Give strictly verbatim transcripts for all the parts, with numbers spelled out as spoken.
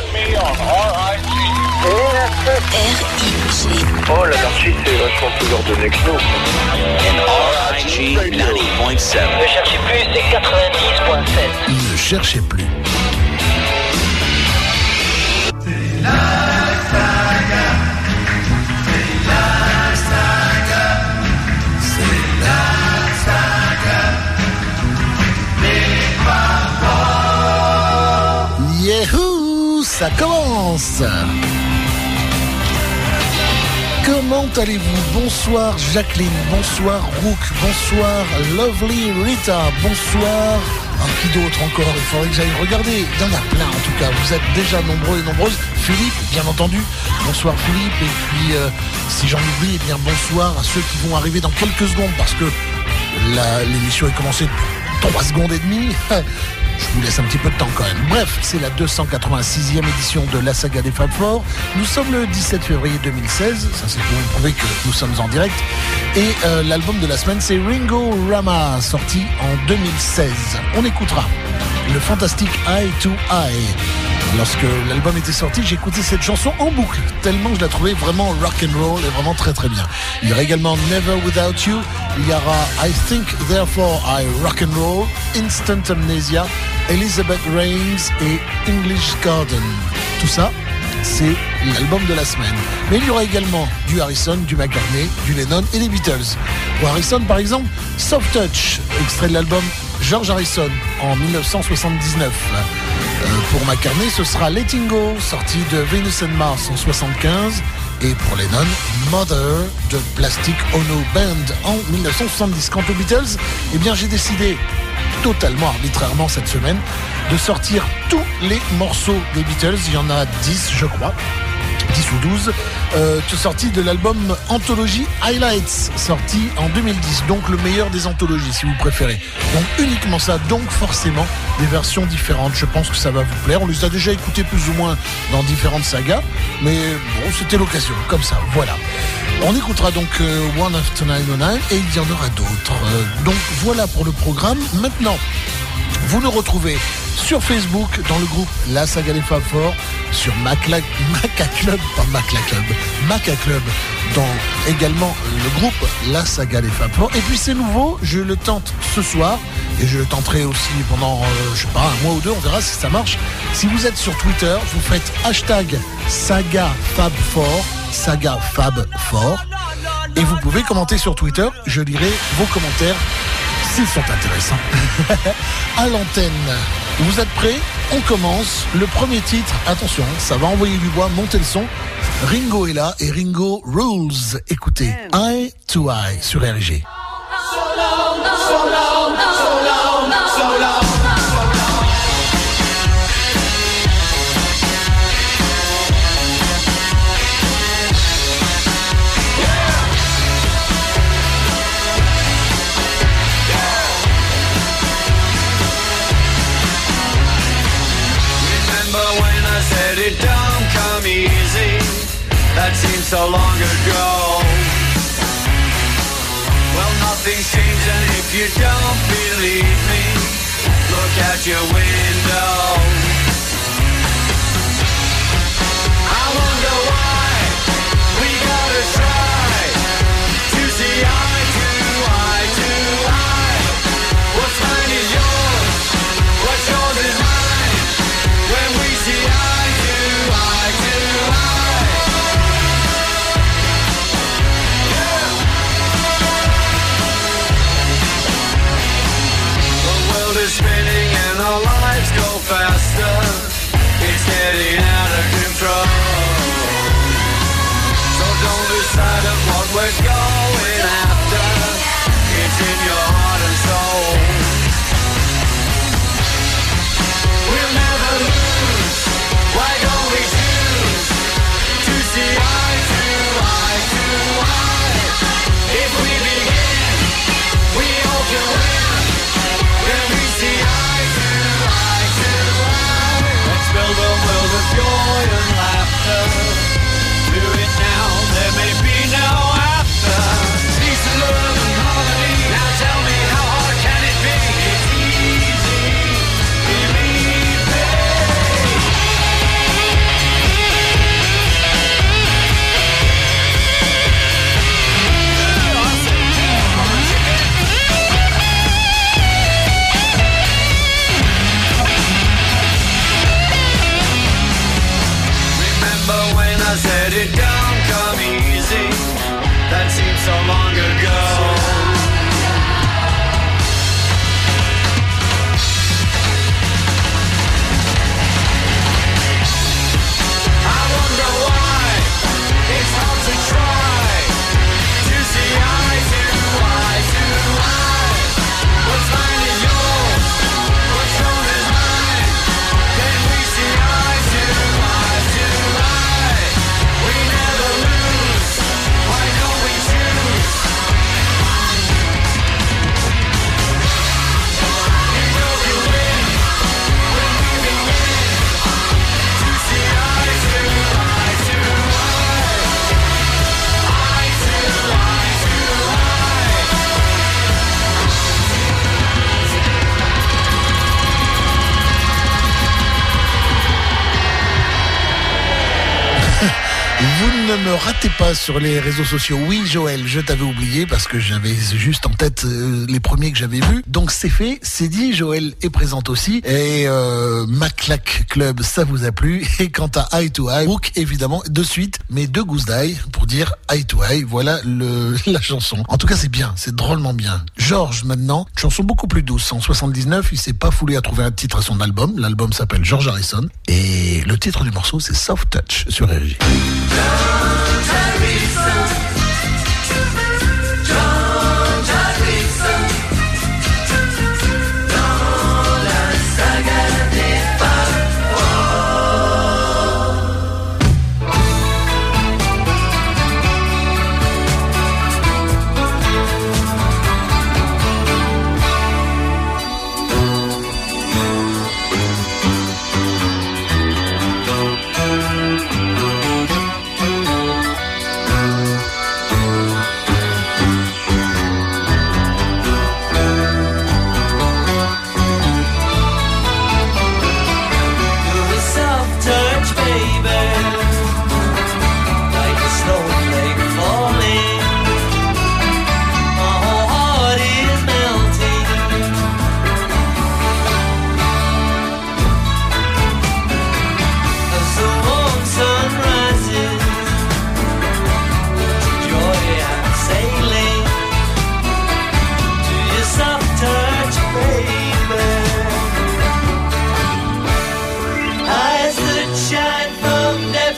R I G. Oh, l'anarchie, c'est vachement plus ordonné que nous. R I G quatre-vingt-dix point sept. Ne cherchez plus, c'est quatre-vingt-dix point sept. Ne cherchez plus. C'est la saga. C'est la saga. C'est la saga. Les papas. Yahoo! Ça commence! Comment allez-vous? Bonsoir Jacqueline, bonsoir Rook, bonsoir Lovely Rita, bonsoir... Ah, qui d'autre encore? Il faudrait que j'aille regarder. Il y en a plein en tout cas. Vous êtes déjà nombreux et nombreuses. Philippe, bien entendu. Bonsoir Philippe. Et puis, euh, si j'en oublie, eh bien bonsoir à ceux qui vont arriver dans quelques secondes parce que la, l'émission est commencée depuis trois secondes et demie. Je vous laisse un petit peu de temps quand même. Bref, c'est la deux cent quatre-vingt-sixième édition de la saga des Fab Four. Nous sommes le dix-sept février deux mille seize. Ça, c'est pour vous prouver que nous sommes en direct. Et euh, l'album de la semaine, c'est Ringo Rama, sorti en deux mille seize. On écoutera le fantastique Eye to Eye. Lorsque l'album était sorti, j'ai écouté cette chanson en boucle, tellement je la trouvais vraiment rock and roll et vraiment très très bien. Il y aura également Never Without You, il y aura I Think Therefore I Rock and Roll, Instant Amnesia, Elizabeth Reigns et English Garden. Tout ça, c'est l'album de la semaine. Mais il y aura également du Harrison, du McCartney, du Lennon et des Beatles. Pour Harrison par exemple, Soft Touch, extrait de l'album George Harrison en dix-neuf cent soixante-dix-neuf. Euh, pour McCartney, ce sera Letting Go, sorti de Venus and Mars en soixante-quinze. Et pour Lennon, Mother de Plastic Ono Band en dix-neuf cent soixante-dix. Quant aux Beatles, eh bien j'ai décidé, totalement arbitrairement cette semaine, de sortir tous les morceaux des Beatles. Il y en a dix, je crois. dix ou douze, euh, sorti de l'album Anthology Highlights, sorti en deux mille dix, donc le meilleur des anthologies si vous préférez. Donc uniquement ça, donc forcément des versions différentes. Je pense que ça va vous plaire. On les a déjà écoutées plus ou moins dans différentes sagas, mais bon, c'était l'occasion, comme ça, voilà. On écoutera donc euh, One After nine oh nine et il y en aura d'autres. Euh, donc voilà pour le programme. Maintenant, vous nous retrouvez sur Facebook, dans le groupe La Saga des Fab Four, sur Maca, Maca Club, pas Maca Club, Maca Club, dans également le groupe La Saga des Fab Four. Et puis c'est nouveau, je le tente ce soir, et je le tenterai aussi pendant, euh, je sais pas, un mois ou deux, on verra si ça marche. Si vous êtes sur Twitter, vous faites hashtag Saga Fab Four, Saga Fab Four, et vous pouvez commenter sur Twitter, je lirai vos commentaires s'ils sont intéressants. À l'antenne. Vous êtes prêts? On commence. Le premier titre, attention, ça va envoyer du bois, montez le son. Ringo est là et Ringo Rules. Écoutez, Eye to Eye sur R G. So long, so long, so long, so long. It don't come easy, that seems so long ago. Well, nothing's changed, and if you don't believe me, look out your window. I wonder why we gotta try to see eye to eye to eye. What's mine is yours, what's yours is mine. When we see eye spinning and our lives go faster. It's getting out of control. So don't lose sight of what we're going after. It's in your heart and soul. We'll never lose. Why don't we choose to see eye to eye to eye? If we begin, we all can win. When we see eye to eye to eye, let's build a world of joy and laughter. Do it now, there may be no after. Peace and love and harmony. Now tell me Let it down, come easy. That seems so long ago. It's hard to try to see eye to eye to eye. What's mine is yours, what's yours is mine. Then we see eye to eye to eye. We never lose, why don't we choose? You know you win when we begin to see eye to eye to eye. Vous ne me ratez pas sur les réseaux sociaux. Oui, Joël, je t'avais oublié parce que j'avais juste en tête euh, les premiers que j'avais vus. Donc c'est fait, c'est dit. Joël est présente aussi. Et euh, Maclac Club, ça vous a plu. Et quant à Eye to Eye, Brooke, évidemment, de suite, mes deux gousses d'ail pour dire Eye to Eye. Voilà le, la chanson. En tout cas, c'est bien, c'est drôlement bien. George, maintenant, une chanson beaucoup plus douce. En soixante-dix-neuf, il s'est pas foulé à trouver un titre à son album. L'album s'appelle George Harrison. Et le titre du morceau, c'est Soft Touch sur R J. Shine from the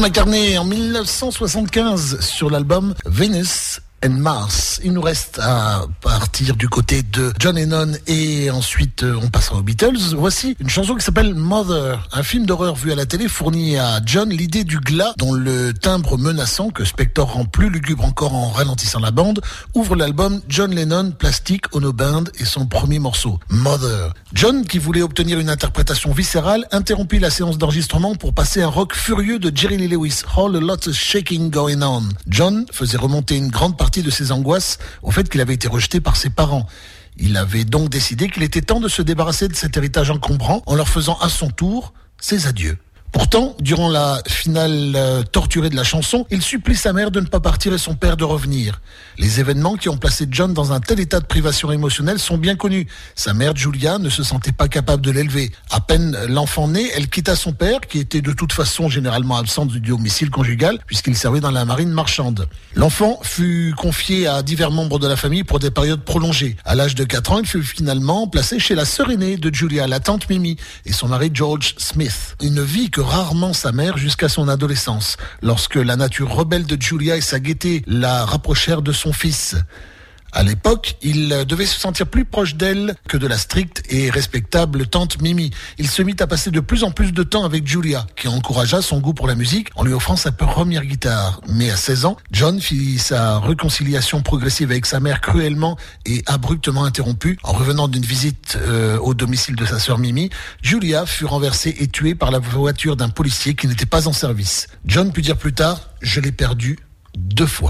McCartney en dix-neuf cent soixante-quinze sur l'album Venus and Mars. Il nous reste à partir du côté de John Lennon et ensuite on passera aux Beatles. Voici une chanson qui s'appelle Mother, un film d'horreur vu à la télé fournit à John l'idée du glas dont le timbre menaçant que Spector rend plus lugubre encore en ralentissant la bande ouvre l'album John Lennon Plastic Ono Band et son premier morceau, Mother. John, qui voulait obtenir une interprétation viscérale, interrompit la séance d'enregistrement pour passer un rock furieux de Jerry Lee Lewis, All a Lot of Shaking Going On. John faisait remonter une grande partie de ses angoisses au fait qu'il avait été rejeté par ses parents. Il avait donc décidé qu'il était temps de se débarrasser de cet héritage encombrant en leur faisant à son tour ses adieux. Pourtant, durant la finale euh, torturée de la chanson, il supplie sa mère de ne pas partir et son père de revenir. Les événements qui ont placé John dans un tel état de privation émotionnelle sont bien connus. Sa mère, Julia, ne se sentait pas capable de l'élever. À peine l'enfant né, elle quitta son père, qui était de toute façon généralement absent du domicile conjugal, puisqu'il servait dans la marine marchande. L'enfant fut confié à divers membres de la famille pour des périodes prolongées. À l'âge de quatre ans, il fut finalement placé chez la sœur aînée de Julia, la tante Mimi, et son mari George Smith. Une vie que rarement sa mère jusqu'à son adolescence, lorsque la nature rebelle de Julia et sa gaieté la rapprochèrent de son fils. À l'époque, il devait se sentir plus proche d'elle que de la stricte et respectable tante Mimi. Il se mit à passer de plus en plus de temps avec Julia, qui encouragea son goût pour la musique en lui offrant sa première guitare. Mais à seize ans, John fit sa réconciliation progressive avec sa mère cruellement et abruptement interrompue. En revenant d'une visite euh, au domicile de sa sœur Mimi, Julia fut renversée et tuée par la voiture d'un policier qui n'était pas en service. John put dire plus tard « Je l'ai perdu deux fois ».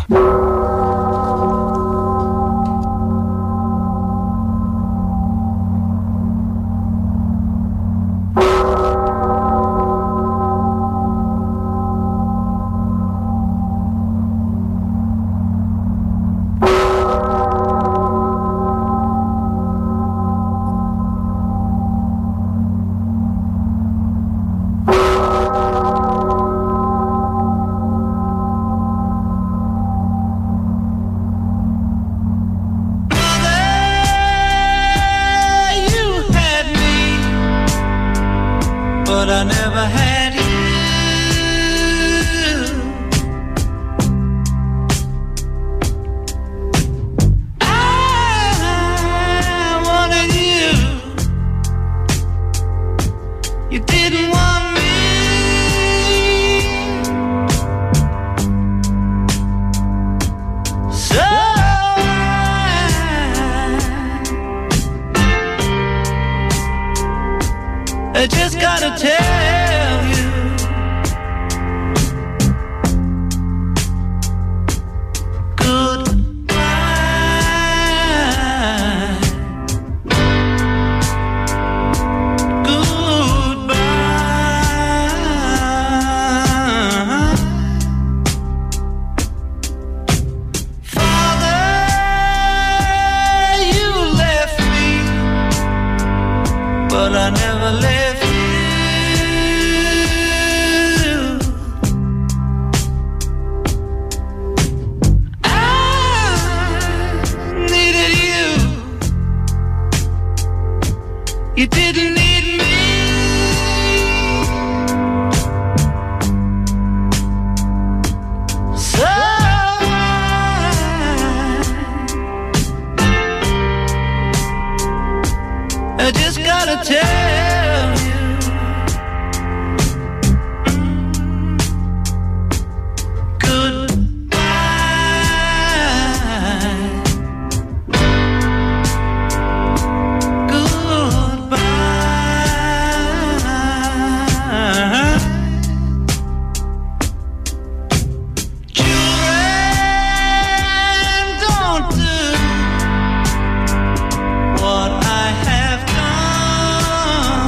What I have done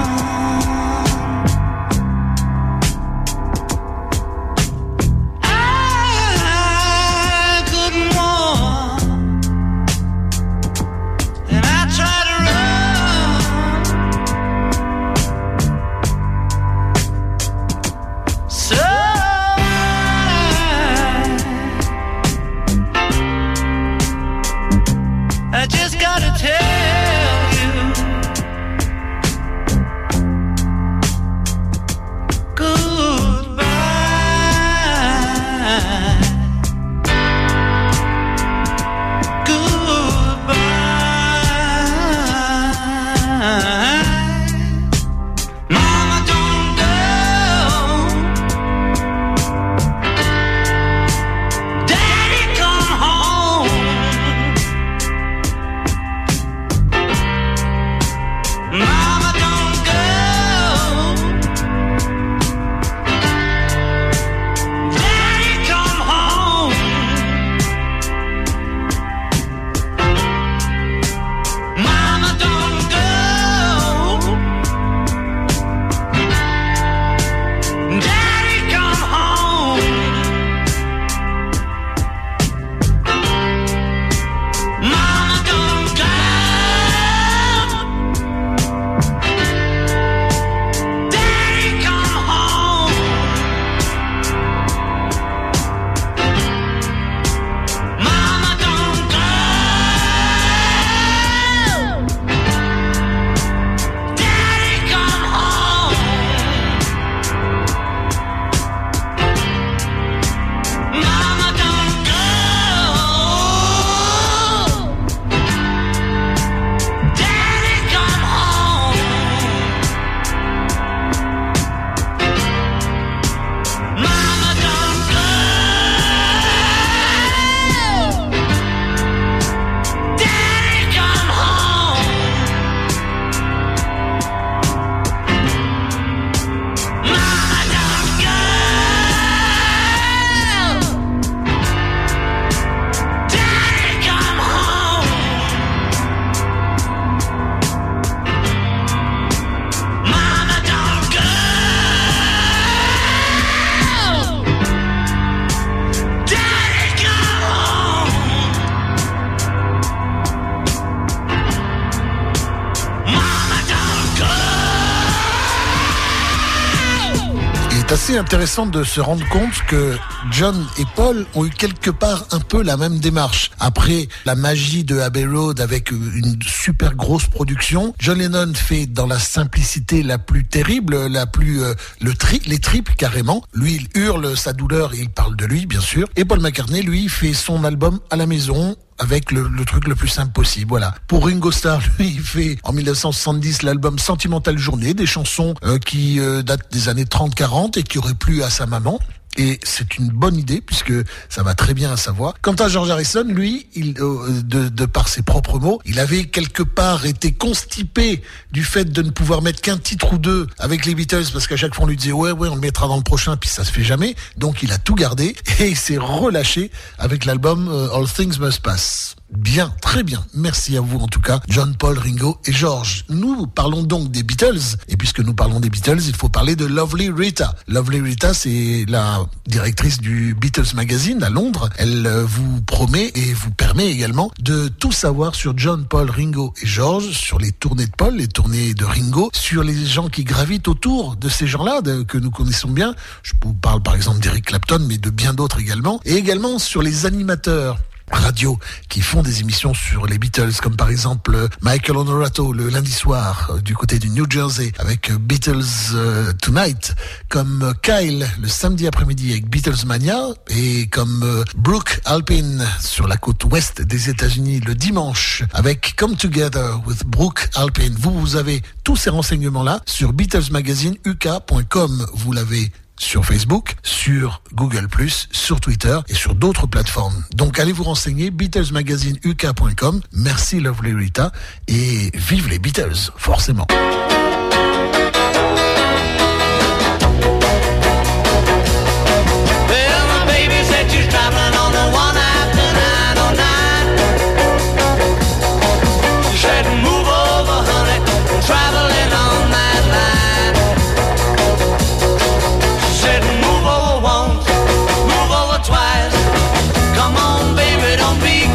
C'est assez intéressant de se rendre compte que John et Paul ont eu quelque part un peu la même démarche. Après la magie de Abbey Road avec une super grosse production, John Lennon fait dans la simplicité la plus terrible, la plus euh, le tri, les triples carrément. Lui, il hurle sa douleur et il parle de lui, bien sûr. Et Paul McCartney, lui, fait son album à la maison, avec le, le truc le plus simple possible, voilà. Pour Ringo Starr, lui, il fait en dix-neuf cent soixante-dix l'album Sentimental Journée, des chansons euh, qui euh, datent des années trente quarante et qui auraient plu à sa maman. Et c'est une bonne idée puisque ça va très bien à sa voix. Quant à George Harrison, lui, il, euh, de, de par ses propres mots, il avait quelque part été constipé du fait de ne pouvoir mettre qu'un titre ou deux avec les Beatles parce qu'à chaque fois on lui disait ouais ouais on le mettra dans le prochain puis ça se fait jamais. Donc il a tout gardé et il s'est relâché avec l'album euh, All Things Must Pass. Bien, très bien. Merci à vous en tout cas, John, Paul, Ringo et George. Nous parlons donc des Beatles et puisque nous parlons des Beatles, il faut parler de Lovely Rita. Lovely Rita, c'est la directrice du Beatles Magazine à Londres. Elle vous promet et vous permet également de tout savoir sur John, Paul, Ringo et George, sur les tournées de Paul, les tournées de Ringo, sur les gens qui gravitent autour de ces gens-là de, que nous connaissons bien. Je vous parle par exemple d'Eric Clapton, mais de bien d'autres également. Et également sur les animateurs radio qui font des émissions sur les Beatles, comme par exemple Michael Honorato le lundi soir euh, du côté du New Jersey avec euh, Beatles euh, Tonight, comme euh, Kyle le samedi après-midi avec Beatles Mania, et comme euh, Brooke Alpin sur la côte ouest des États-Unis le dimanche avec Come Together with Brooke Alpin. Vous, vous avez tous ces renseignements-là sur Beatles Magazine U K point com. Vous l'avez sur Facebook, sur Google plus, sur Twitter et sur d'autres plateformes. Donc allez vous renseigner, Beatles Magazine U K point com. Merci Lovely Rita et vive les Beatles, forcément.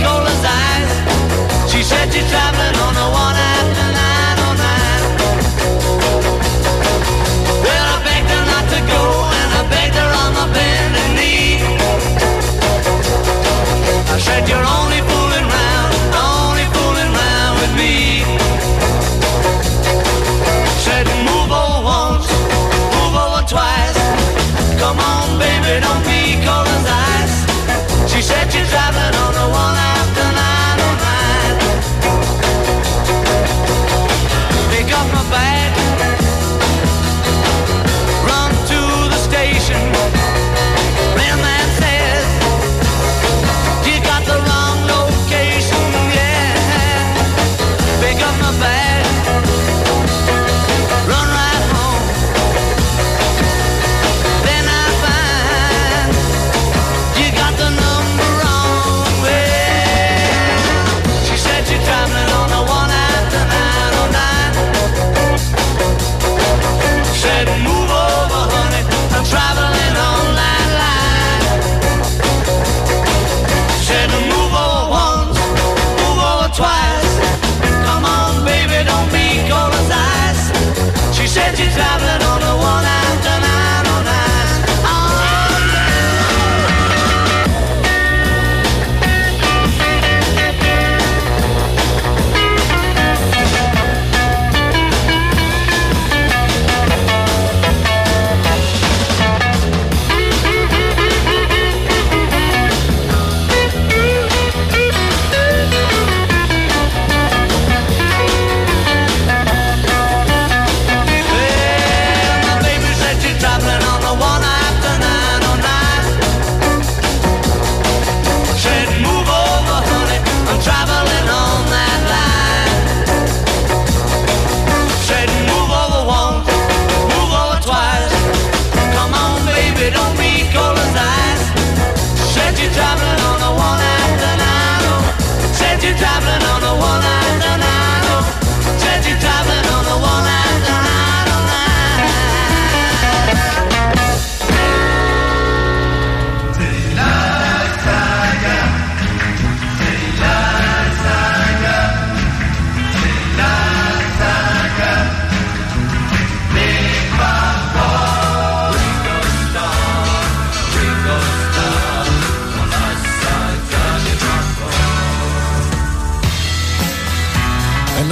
Traveling on the one after nine oh nine.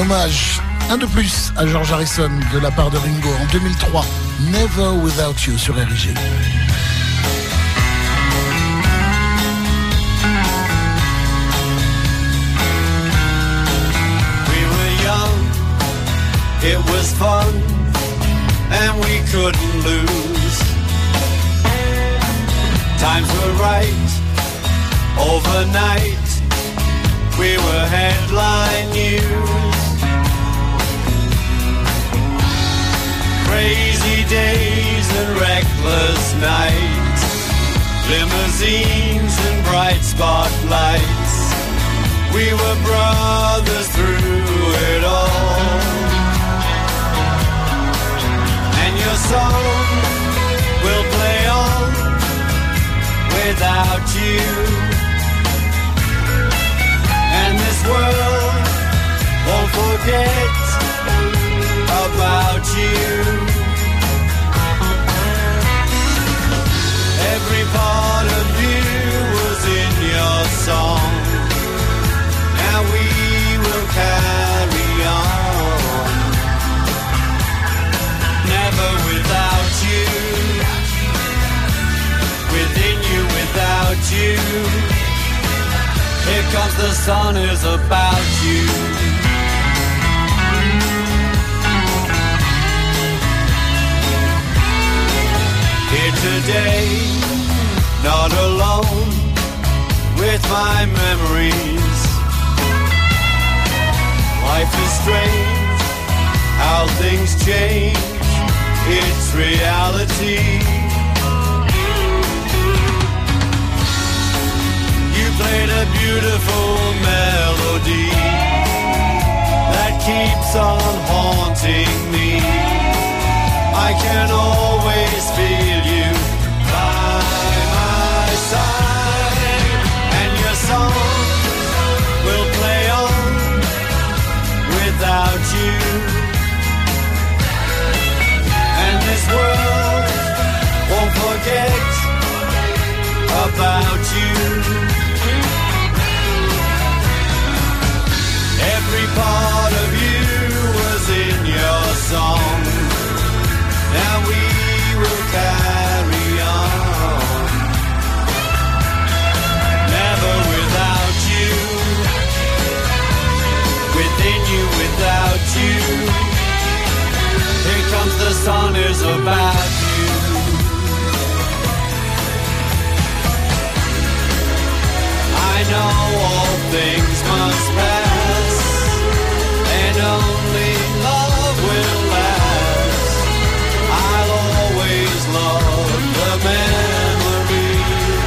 hommage, un de plus à George Harrison de la part de Ringo en deux mille trois. Never Without You sur R I G. We were young, it was fun, and we couldn't lose. Times were right, overnight, we were headline news. Crazy days and reckless nights, limousines and bright spotlights. We were brothers through it all. And your song will play on without you. And this world won't forget about you. Every part of you was in your song. Now we will carry on. Never without you. Within you, without you. Here comes the sun is about you. Here today, not alone with my memories. Life is strange, how things change, it's reality. You played a beautiful melody that keeps on haunting me. I can always feel you by my side, and your song will play on without you. And this world won't forget about you. Every part of you was in your song. Now we will carry on. Never without you. Within you, without you. Here comes the sun is about you. I know all things must pass, and only love will last. I'll always love the memory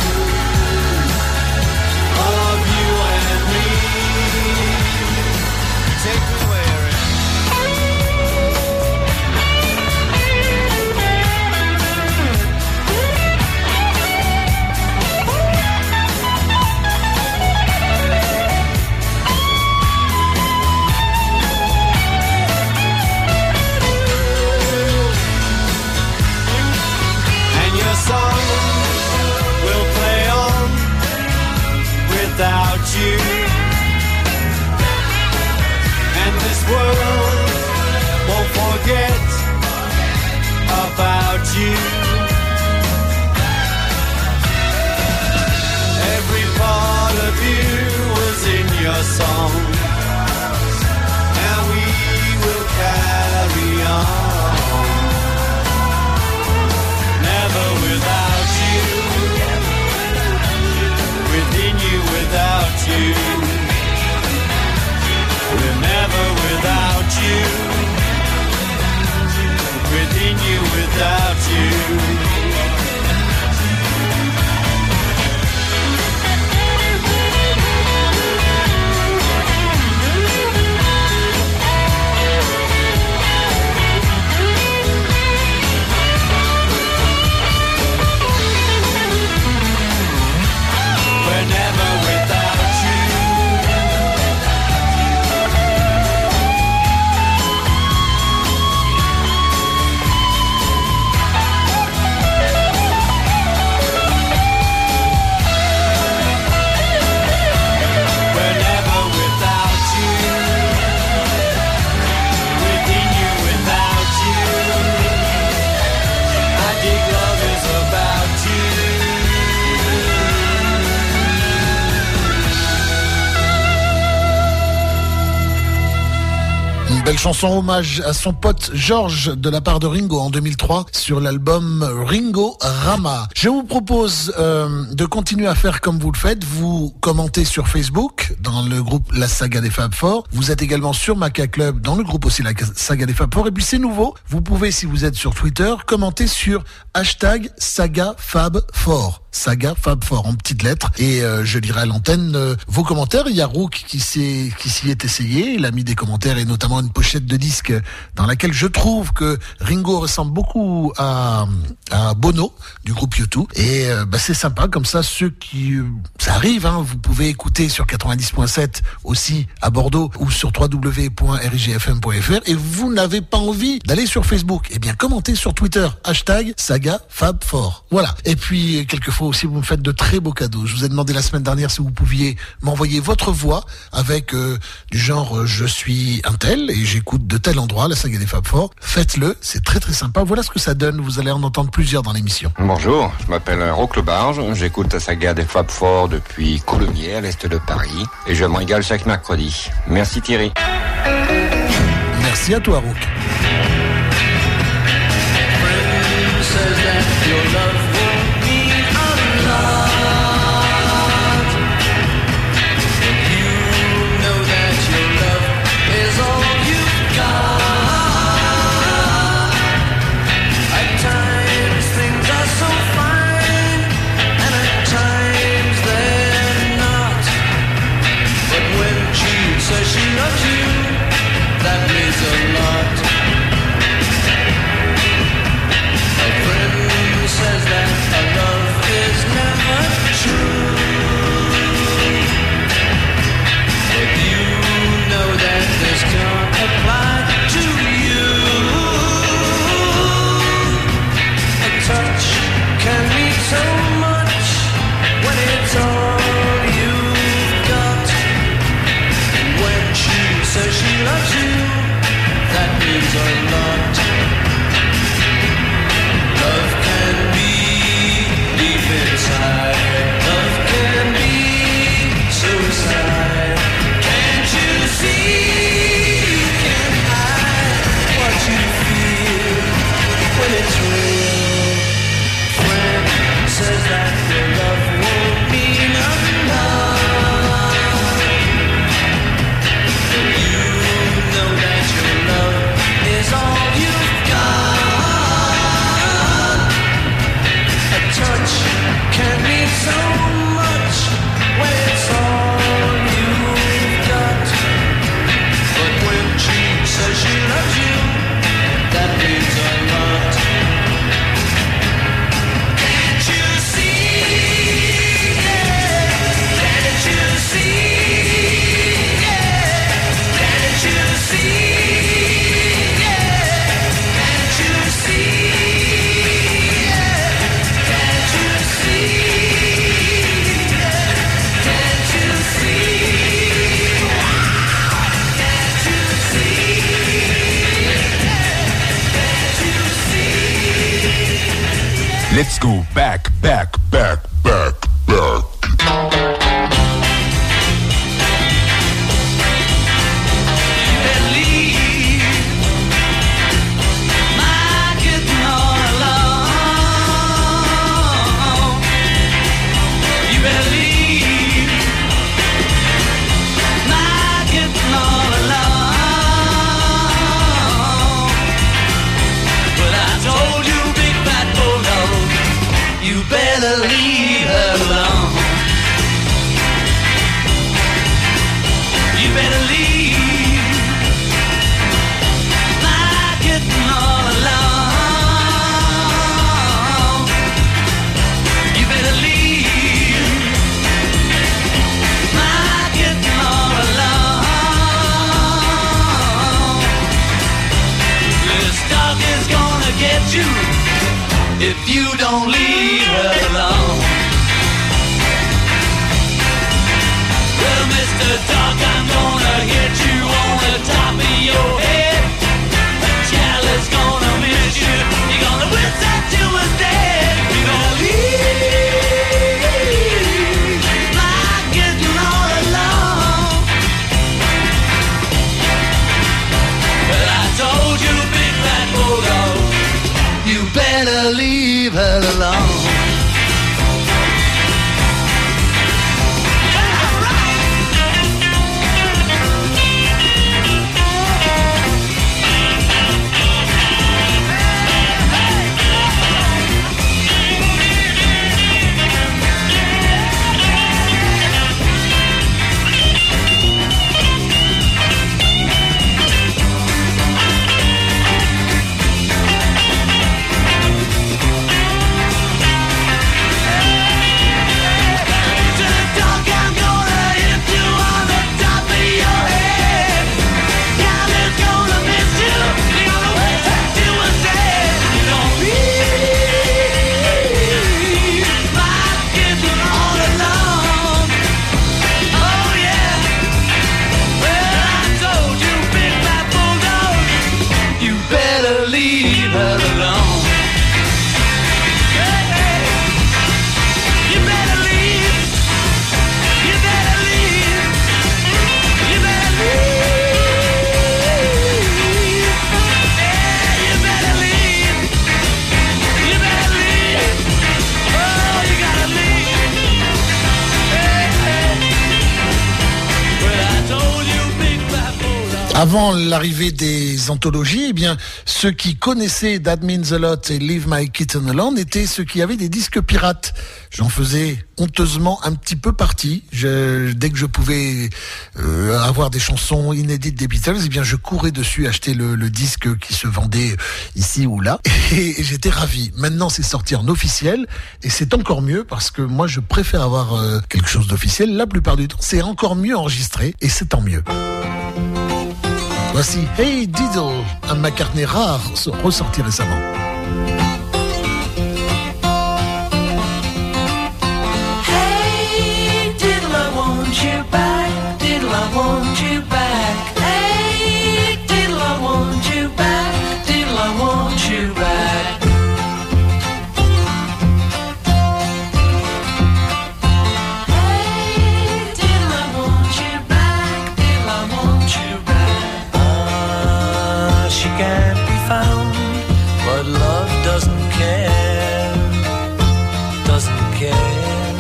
of you and me. Take me where it song will play on without you. And this world won't forget about you. Every part of you was in your song. Now we will carry on. Never without you. Within you, without you. We're never without you. Within you, without you. chanson hommage à son pote George de la part de Ringo en deux mille trois sur l'album Ringo Rama. Je vous propose euh, de continuer à faire comme vous le faites. Vous commentez sur Facebook dans le groupe La Saga des Fab Four. Vous êtes également sur Maca Club dans le groupe aussi La Saga des Fab Four. Et puis c'est nouveau, vous pouvez, si vous êtes sur Twitter, commenter sur hashtag Saga Fab Four. Saga Fab Four en petites lettres, et euh, je lirai à l'antenne euh, vos commentaires. Il y a Rook qui s'est qui s'y est essayé, il a mis des commentaires et notamment une pochette de disque dans laquelle je trouve que Ringo ressemble beaucoup à, à Bono du groupe U deux, et euh, bah, c'est sympa comme ça. Ceux qui euh, ça arrive, hein, vous pouvez écouter sur quatre-vingt-dix point sept aussi à Bordeaux ou sur w w w point r i g f m point f r, et vous n'avez pas envie d'aller sur Facebook, eh bien commentez sur Twitter hashtag Saga Fab Four. Voilà. Et puis quelquefois aussi vous me faites de très beaux cadeaux. Je vous ai demandé la semaine dernière si vous pouviez m'envoyer votre voix avec euh, du genre euh, je suis un tel et j'écoute de tel endroit la Saga des Fab Four. Faites-le, c'est très très sympa. Voilà ce que ça donne. Vous allez en entendre plusieurs dans l'émission. Bonjour, je m'appelle Roch Le Barge. J'écoute la Saga des Fab Four depuis Coulommiers à l'est de Paris et je me régale chaque mercredi. Merci Thierry. Merci à toi Rook. Let's go back, back, back, back, back. If you don't leave her alone. Well, Mister Dog, I'm gonna hit you on the top of your head. Charlie's gonna miss you. You're gonna wish that you was dead. You're gonna leave like getting all alone. Well, better leave her alone. Avant l'arrivée des anthologies, eh bien, ceux qui connaissaient That Means a Lot et Leave My Kitten Alone étaient ceux qui avaient des disques pirates. J'en faisais honteusement un petit peu partie. Je, dès que je pouvais euh, avoir des chansons inédites des Beatles, eh bien, je courais dessus acheter le, le disque qui se vendait ici ou là. Et, et j'étais ravi. Maintenant, c'est sorti en officiel et c'est encore mieux parce que moi, je préfère avoir euh, quelque chose d'officiel. La plupart du temps, c'est encore mieux enregistré et c'est tant mieux. Voici Hey Diddle, un McCartney rare ressorti récemment. Hey Diddle, I want you back. Diddle, I want you back. Hey Diddle, I want you back. Diddle, I want you back. Hey Diddle, I want you back. Diddle, I want you back. She can't be found, but love doesn't care, doesn't care.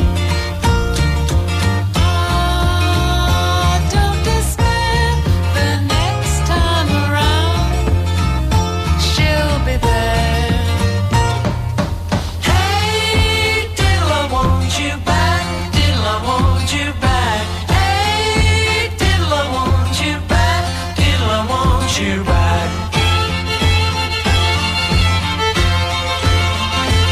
Oh, don't despair, the next time around, she'll be there. Hey, diddle, I want you back, diddle, I want you back. Hey, diddle, I want you back, diddle, I want you back.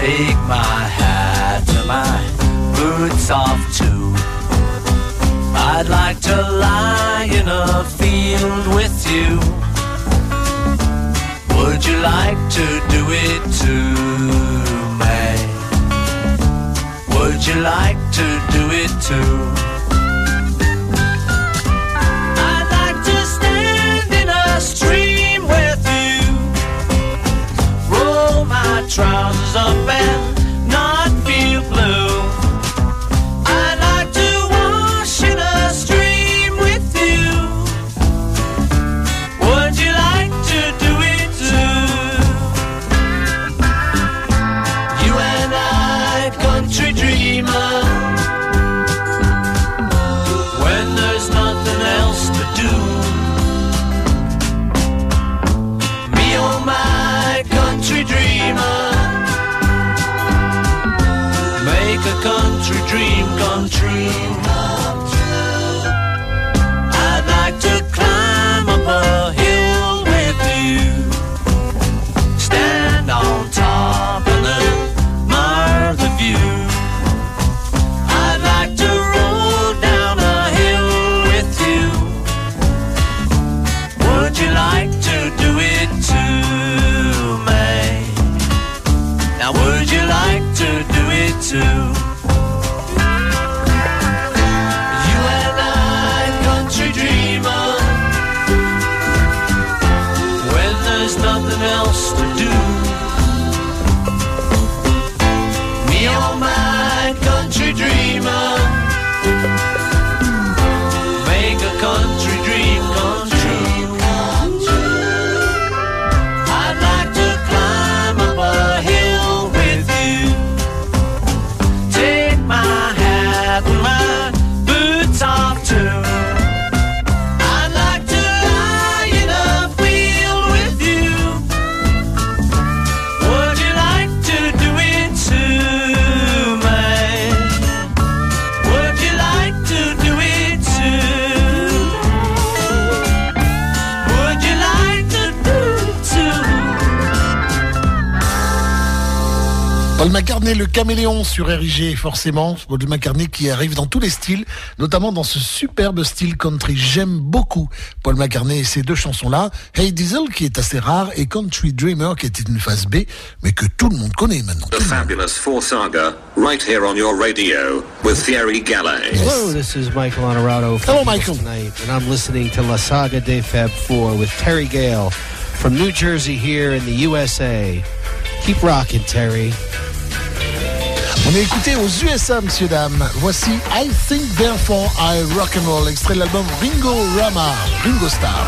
Take my hat and my boots off too. I'd like to lie in a field with you. Would you like to do it too, May? Would you like to do it too? I'd like to stand in a stream with you. Roll my trousers up and not feel blue. I'd like to wash in a stream with you. Would you like to do it too? You and I, country dreamer, when there's nothing else to do. Me oh my country dreamer, make a country dream come true. I'd like to climb up a hill with you, stand on top and admire the view. I'd like to roll down a hill with you. Would you like to do it too, May? Now would you like to do it too? You and I, country dreamer, when there's nothing else to do. Me oh my country dreamer, make a country dream come true. I'd like to climb up a hill with you. Take my hat and my boots off too. I'd like to lie in a field with you. Would you like to do it too, May? Would you like to do it too? Would you like to do it too? Paul McCartney, le caméléon sur R I G, forcément. Paul McCartney qui arrive dans tous les styles, notamment dans ce superbe style country. J'aime beaucoup Paul McCartney et ces deux chansons-là. Hey Diesel, qui est assez rare, et Country Dreamer, qui était une phase B, mais que tout le monde connaît maintenant. The fabulous Four Saga, right here on your radio, with Thierry Gallet. Hello, this is Michael Honorado from Hello, Michael. Tonight, and I'm listening to La Saga de Fab four with Terry Gale from New Jersey here in the U S A. Keep rocking, Terry. On est écouté aux U S A, messieurs, dames. Voici I Think Therefore I Rock and Roll, extrait de l'album Ringo Rama, Ringo Starr.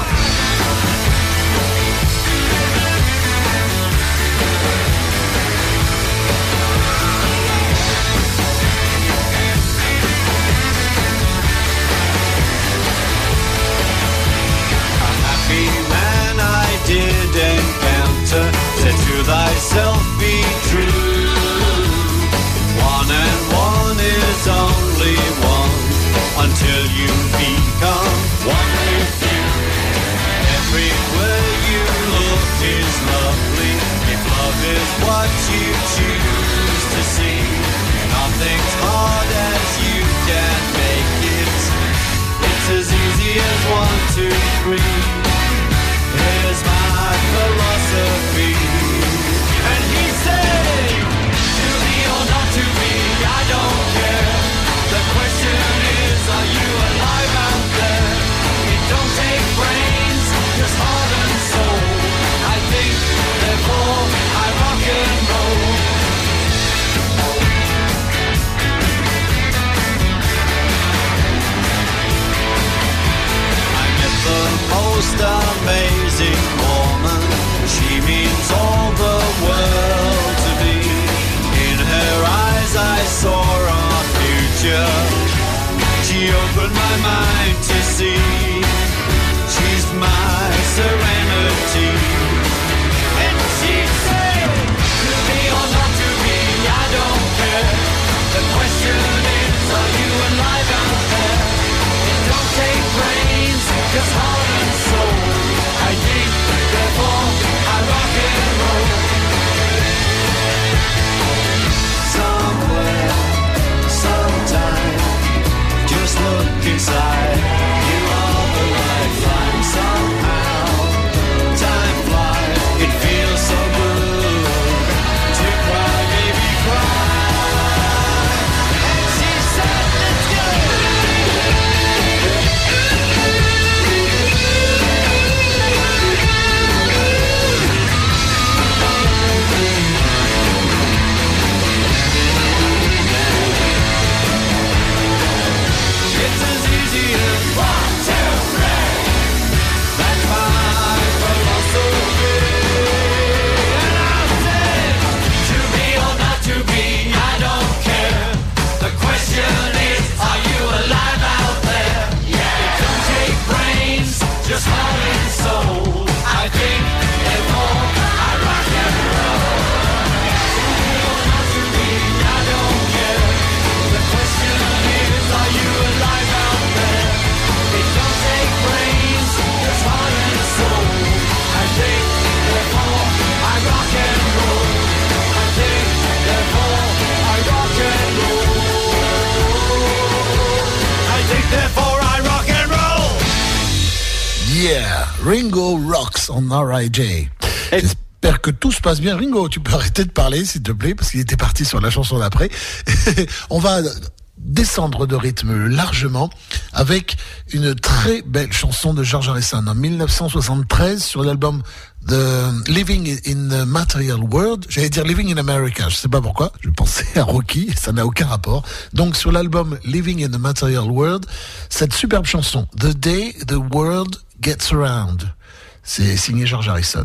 Happy man I did encounter, said to thyself be true. One and one is only one, until you become one with you. Everywhere you look is lovely, if love is what you choose to see. Nothing's hard as you can make it, it's as easy as one, two, three. Here's my philosophy. And he said, to be or not to be, I don't care. The question is, are you alive out there? It don't take brains, just heart and soul. I think, therefore, I rock and roll. I met the most amazing woman. She means all the world to me. In her eyes I saw our future. She opened my mind to see. She's my serenity. And she said, to be or not to be, I don't care. The question is, are you alive out there? It don't take brains, just heart and soul. I think, therefore, I rock and roll. Yeah, Ringo Rocks en R I J. J'espère que tout se passe bien. Ringo, tu peux arrêter de parler, s'il te plaît, parce qu'il était parti sur la chanson d'après. On va descendre de rythme largement avec une très belle chanson de George Harrison en dix-neuf cent soixante-treize sur l'album The Living in a Material World. J'allais dire Living in America, je sais pas pourquoi, je pensais à Rocky, ça n'a aucun rapport. Donc sur l'album Living in a Material World, cette superbe chanson The Day the World Gets Around, c'est signé George Harrison.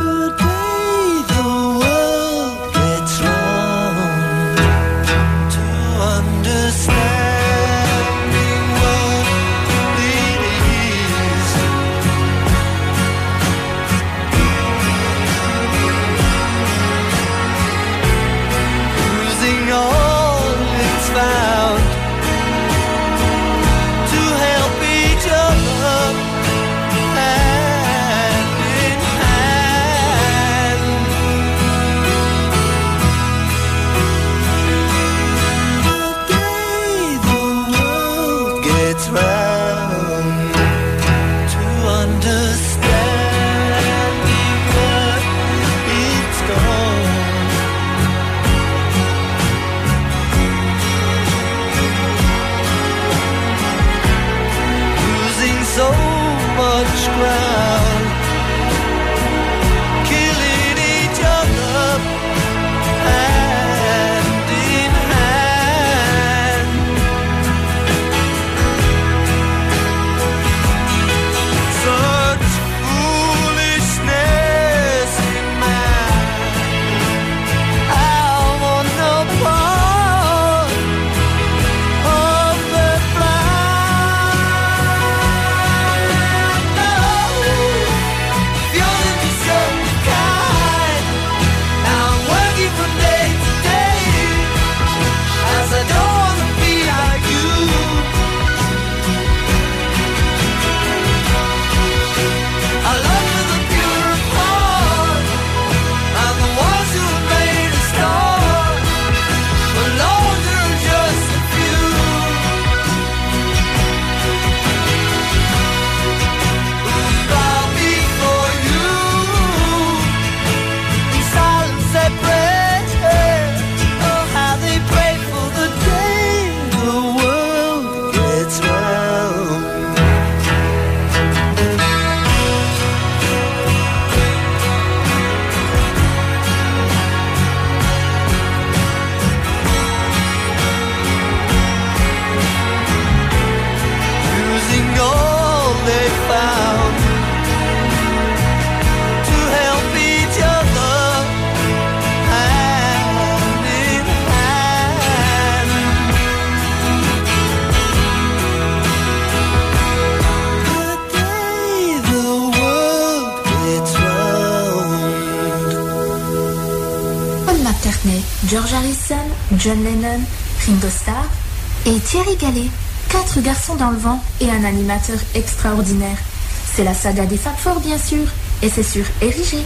George Harrison, John Lennon, Ringo Starr et Thierry Gallet. Quatre garçons dans le vent et un animateur extraordinaire. C'est la saga des Fab Four, bien sûr, et c'est sur Érigé.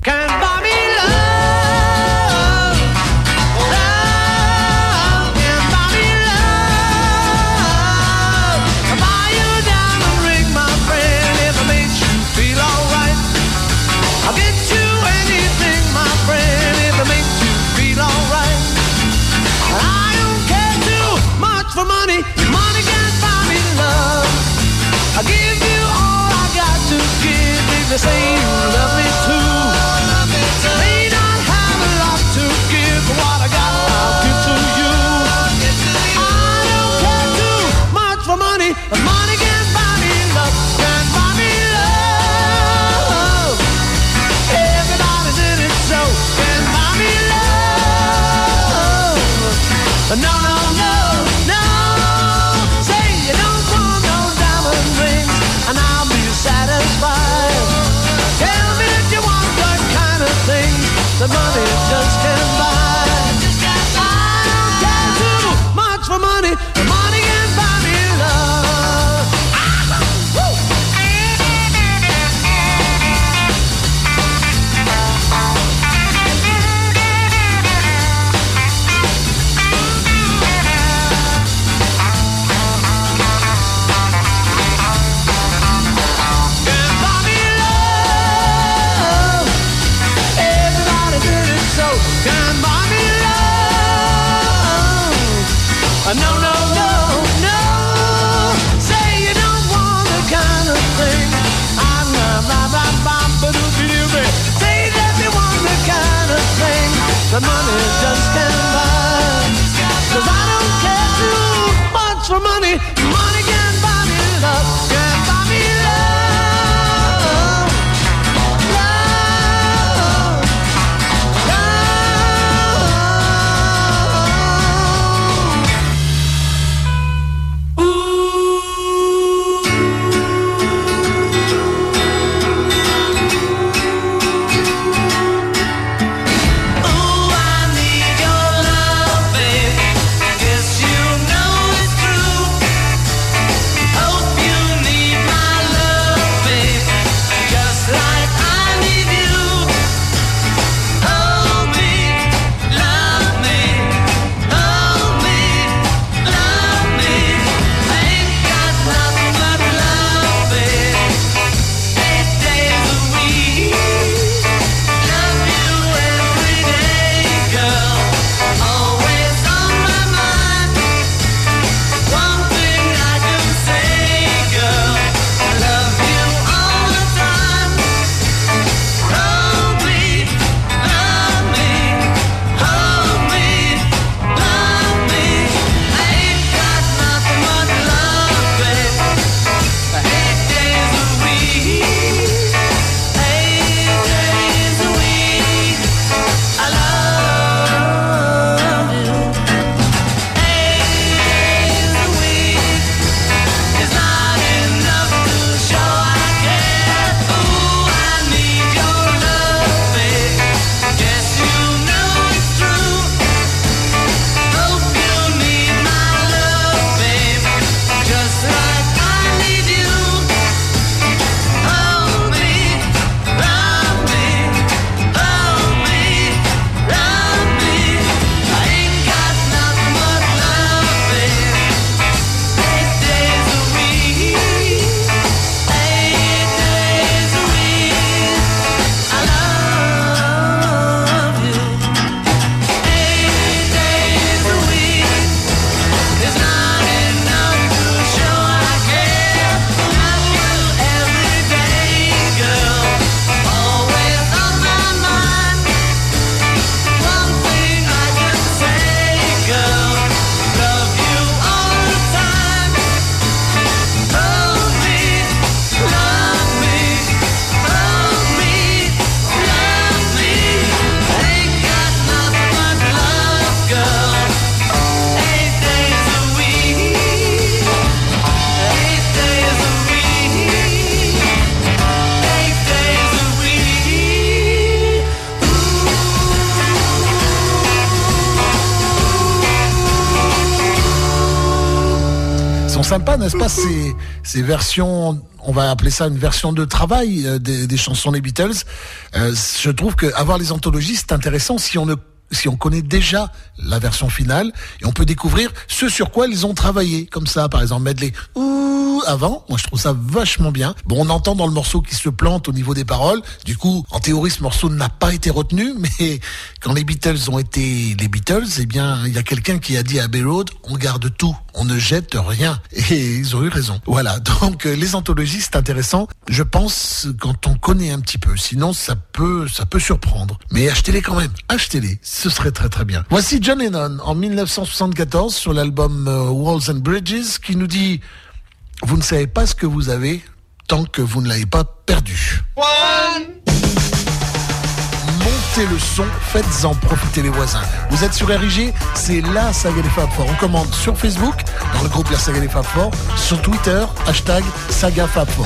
For money, money can't buy me love. I'll give you all I got to give if you say you love me too. May not Uh, no, no, no, no. Say you don't want the kind of thing. I'm not, not, not, not, but say that you want the kind of thing that money just can't buy. 'Cause I don't care too much for money. Money can't buy me love. Can't buy me love. Love. Love. Ooh, I need your love, baby. Guess you know it's true. Hope you need my love, baby, just like I need you. Hold me, love me, hold me, love me. I ain't got nothing but love, baby. Eight days a week. Love you every day, girl. Always on my mind. One thing I can say, girl, I love you all the time. Hold me, love me, hold me, love me. I ain't got nothing but love, baby. Eight days a week, eight days a week. I love you. Eight days a week is not enough to show I care. Ooh, I need your love, baby. Guess you know it's true. Hope you need my love, baby, just like I need you. Hold me, love me, hold me, love me. I ain't got nothing but love, baby. Eight days a week, eight days a week. I love you. Eight days a week is not enough to show I care. Love you every day, girl. Always on my mind. One thing I can say, girl, love you all the time. Hold me, love me, hold me, love me. I ain't got nothing but love, girl. Eight days a week, eight days a week, eight days a week. Ils sont sympas, n'est-ce pas, ces, ces versions, on va appeler ça une version de travail euh, des, des chansons des Beatles. Euh, je trouve qu'avoir les anthologies, c'est intéressant si on ne si on connaît déjà la version finale et on peut découvrir ce sur quoi ils ont travaillé, comme ça, par exemple, medley ouh avant, moi je trouve ça vachement bien. Bon, on entend dans le morceau qui se plante au niveau des paroles, du coup, en théorie, ce morceau n'a pas été retenu, mais quand les Beatles ont été les Beatles, eh bien, il y a quelqu'un qui a dit à Abbey Road, on garde tout, on ne jette rien, et ils ont eu raison. Voilà, donc euh, les anthologies, c'est intéressant, je pense, quand on connaît un petit peu, sinon ça peut, ça peut surprendre, mais achetez-les quand même, achetez-les, ce serait très très bien. Voici John Lennon en dix-neuf cent soixante-quatorze sur l'album euh, Walls and Bridges qui nous dit « Vous ne savez pas ce que vous avez tant que vous ne l'avez pas perdu ». Montez le son, faites-en profiter les voisins. Vous êtes sur R I G, c'est la saga des Fab Four. On commande sur Facebook, dans le groupe La Saga des Fab Four, sur Twitter, hashtag Saga Fab Four.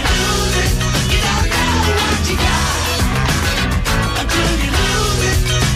Until you lose it.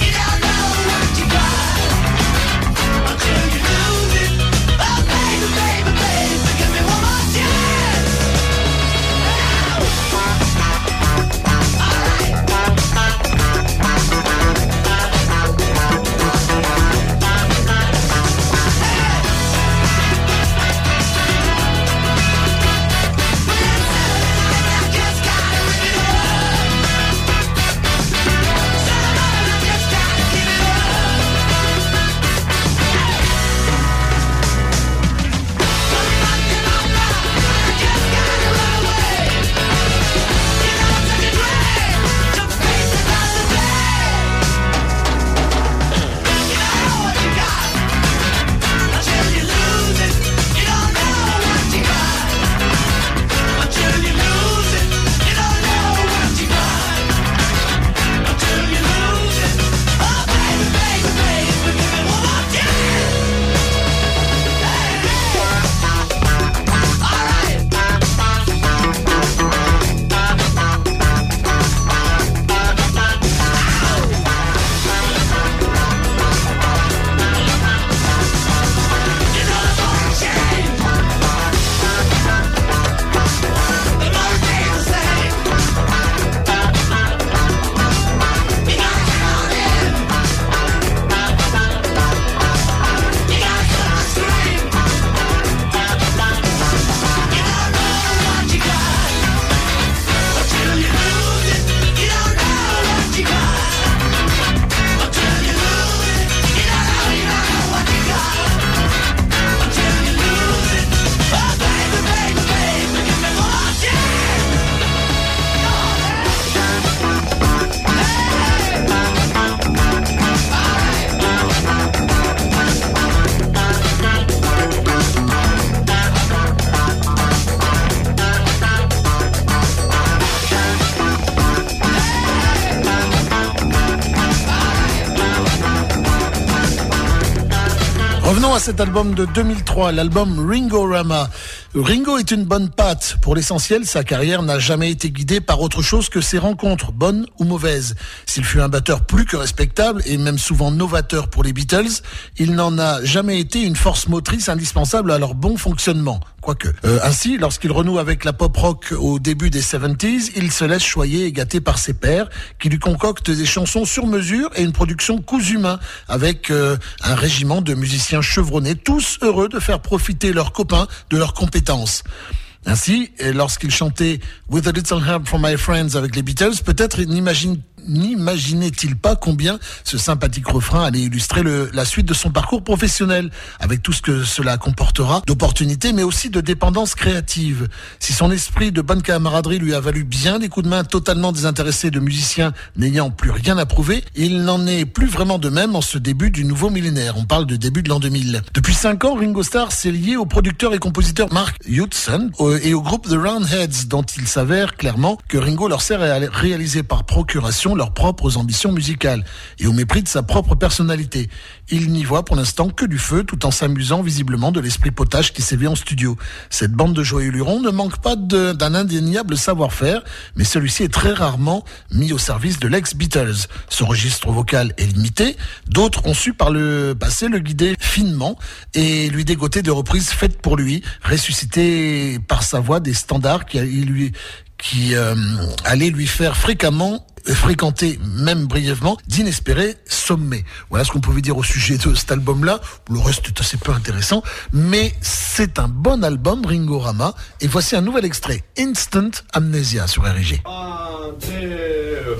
Revenons à cet album de deux mille trois, l'album Ringo-Rama. Ringo est une bonne patte. Pour l'essentiel, sa carrière n'a jamais été guidée par autre chose que ses rencontres, bonnes ou mauvaises. S'il fut un batteur plus que respectable et même souvent novateur pour les Beatles, il n'en a jamais été une force motrice indispensable à leur bon fonctionnement. Quoique. Euh, ainsi, lorsqu'il renoue avec la pop rock au début des soixante-dix, il se laisse choyer et gâter par ses pairs, qui lui concoctent des chansons sur mesure et une production cousu main, avec euh, un régiment de musiciens chevronnés, tous heureux de faire profiter leurs copains de leurs compétences. Ainsi, lorsqu'il chantait With a Little Help from My Friends avec les Beatles, peut-être n'imagine n'imaginait-il pas combien ce sympathique refrain allait illustrer le, la suite de son parcours professionnel, avec tout ce que cela comportera d'opportunités, mais aussi de dépendance créative. Si son esprit de bonne camaraderie lui a valu bien des coups de main totalement désintéressés de musiciens n'ayant plus rien à prouver, il n'en est plus vraiment de même en ce début du nouveau millénaire. On parle de début de l'an deux mille. Depuis cinq ans, Ringo Starr s'est lié au producteur et compositeur Mark Hudson et au groupe The Roundheads, dont il s'avère clairement que Ringo leur sert à réaliser par procuration leurs propres ambitions musicales et au mépris de sa propre personnalité. Il n'y voit pour l'instant que du feu, tout en s'amusant visiblement de l'esprit potache qui sévit en studio. Cette bande de joyeux lurons ne manque pas de, d'un indéniable savoir-faire, mais celui-ci est très rarement mis au service de l'ex-Beatles. Son registre vocal est limité, d'autres ont su par le passé le guider finement et lui dégoter de reprises faites pour lui, ressusciter par sa voix des standards qui, lui, qui euh, allaient lui faire fréquemment fréquenter, même brièvement, d'inespérés sommets. Voilà ce qu'on pouvait dire au sujet de cet album-là. Le reste est assez peu intéressant, mais c'est un bon album, Ringo-Rama. Et voici un nouvel extrait, Instant Amnesia sur R I G. One, two.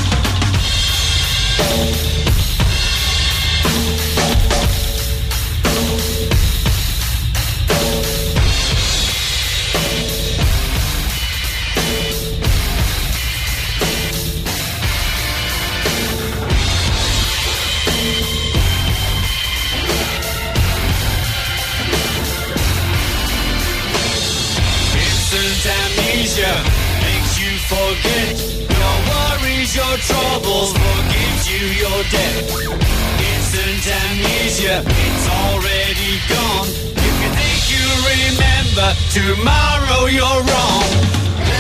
Amnesia makes you forget your worries, your troubles, forgives you your debt. Instant amnesia, it's already gone. If you think you remember, tomorrow you're wrong.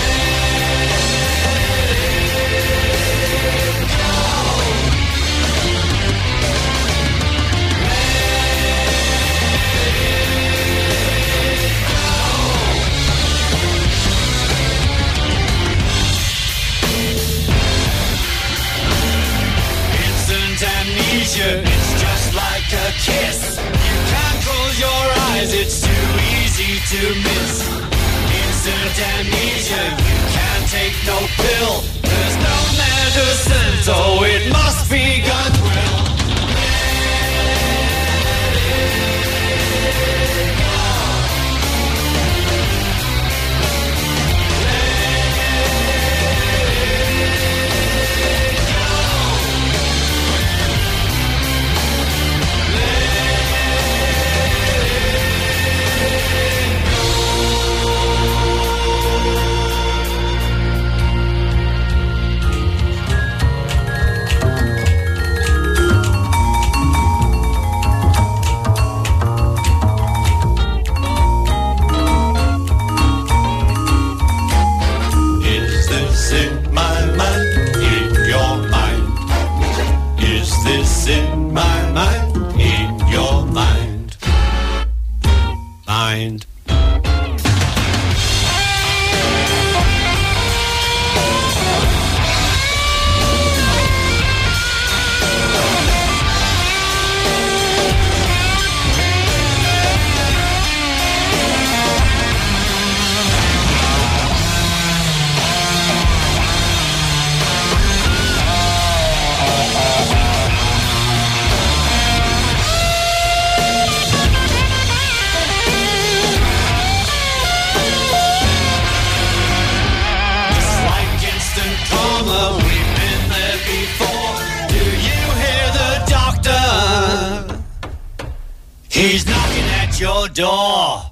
It's just like a kiss. You can't close your eyes, it's too easy to miss. Instant amnesia, you can't take no pill. There's no medicine, so it must be goodwill. In my mind, in your mind, mind. He's knocking at your door.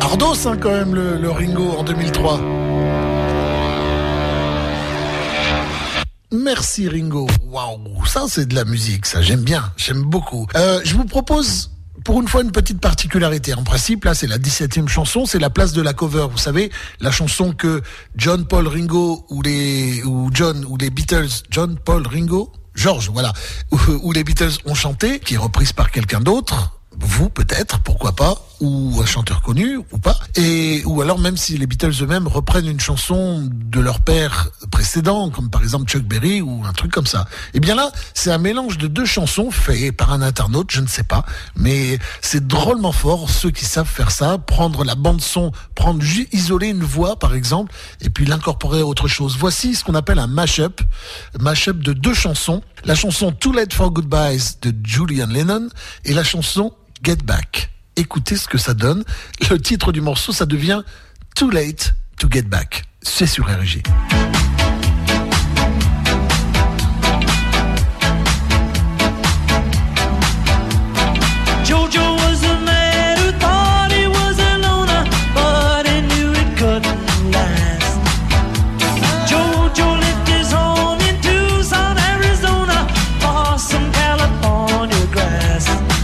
Bardos, hein, quand même, le, le Ringo en deux mille trois. Merci Ringo. Waouh, ça c'est de la musique, ça j'aime bien, j'aime beaucoup. Euh, je vous propose pour une fois une petite particularité. En principe, là c'est la dix-septième chanson, c'est la place de la cover. Vous savez, la chanson que John, Paul, Ringo ou les ou John ou les Beatles, John, Paul, Ringo, George, voilà, où, où les Beatles ont chanté, qui est reprise par quelqu'un d'autre. Vous peut-être, pourquoi pas, ou un chanteur connu ou pas, et ou alors même si les Beatles eux-mêmes reprennent une chanson de leur père précédent, comme par exemple Chuck Berry ou un truc comme ça. Et bien là, c'est un mélange de deux chansons fait par un internaute, je ne sais pas, mais c'est drôlement fort ceux qui savent faire ça, prendre la bande son, prendre isoler une voix par exemple, et puis l'incorporer à autre chose. Voici ce qu'on appelle un mash-up, mash-up de deux chansons, la chanson Too Late for Goodbyes de Julian Lennon et la chanson Get Back. Écoutez ce que ça donne. Le titre du morceau, ça devient Too Late to Get Back. C'est sur R J. Jojo was a man who thought he was a loner, but he knew it couldn't last. Jojo lived his home in Tucson, Arizona, for some California grass.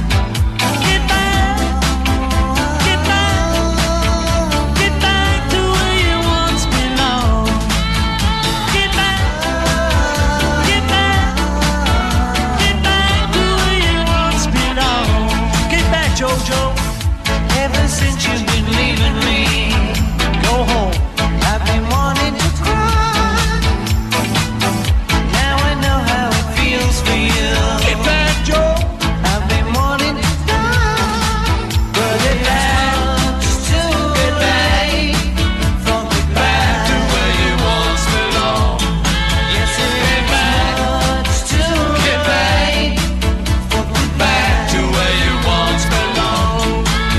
Since you've been leaving me, go home. I've been wanting to cry. Now I know how it feels for you. Get back, Joe. I've been wanting to die, but it lasts too late for goodbye to where you once belong. Yes, it lasts too late for goodbye to where you once belong.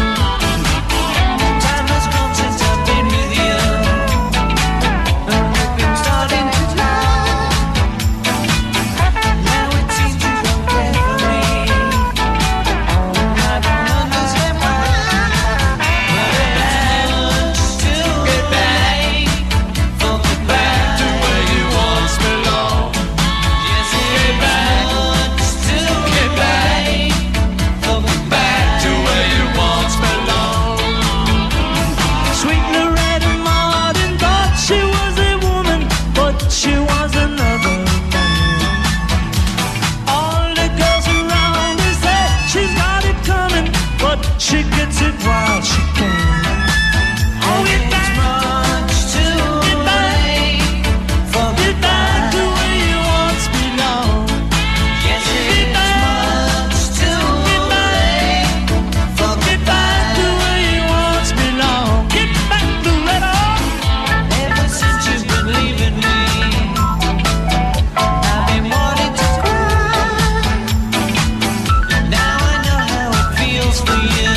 She gets it while she can. Oh, get back to get back, for get back to where you once belong. Yes, it's much too late, for get back to where you once belong. Get back to let off. Ever since you've been leaving me, I've been wanting to cry. Now I know how it feels for you.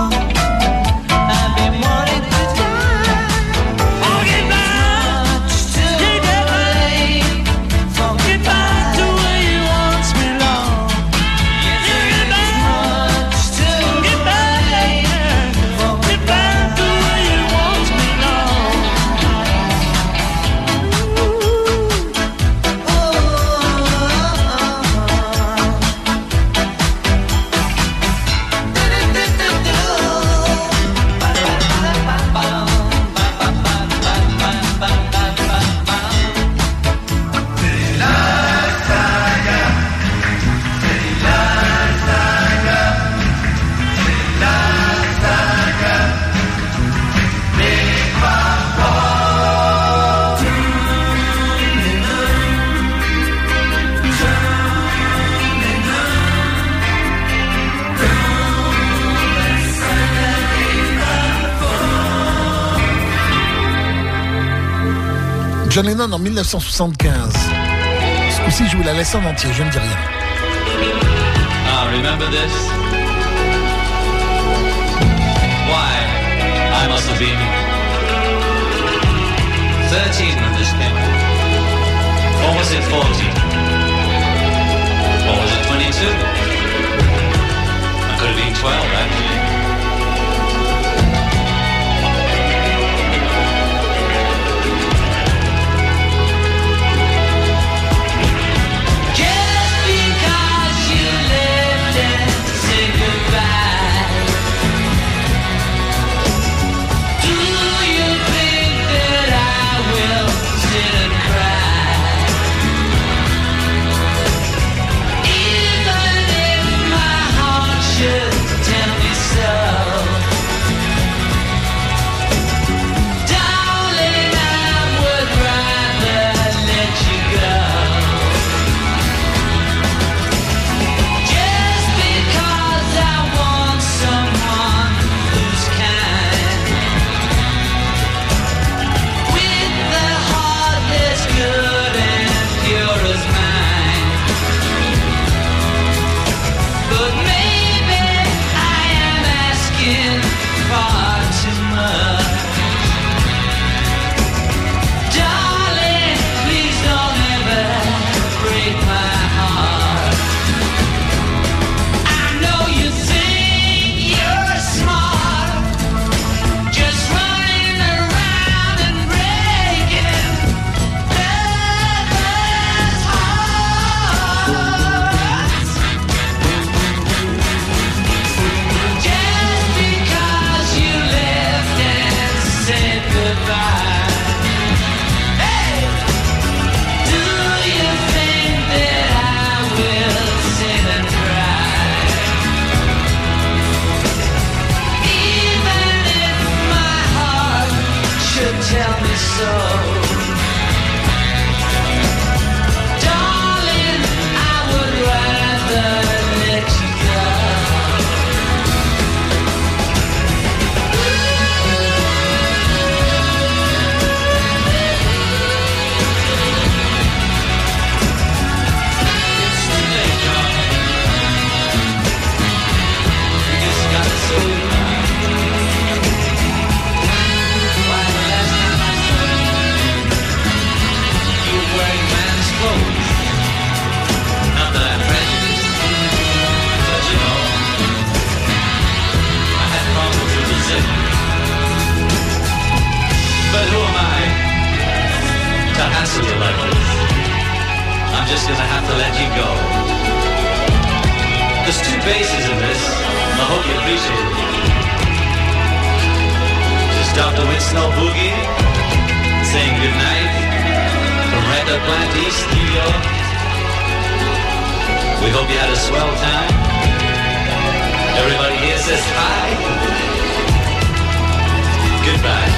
John Lennon en dix-neuf cent soixante-quinze. Ce coup-ci, je vous la laisse en entier, je ne dis rien. Ah, remember this? Why, I must have been thirteen when this came out. Or was it fourteen? Or was it twenty-two? I could have been twelve, actually. just gonna have to let you go. There's two bases in this, and I hope you appreciate it. This is Doctor Winslow Boogie saying goodnight from Red Plant East, New York. We hope you had a swell time. Everybody here says hi. Goodbye.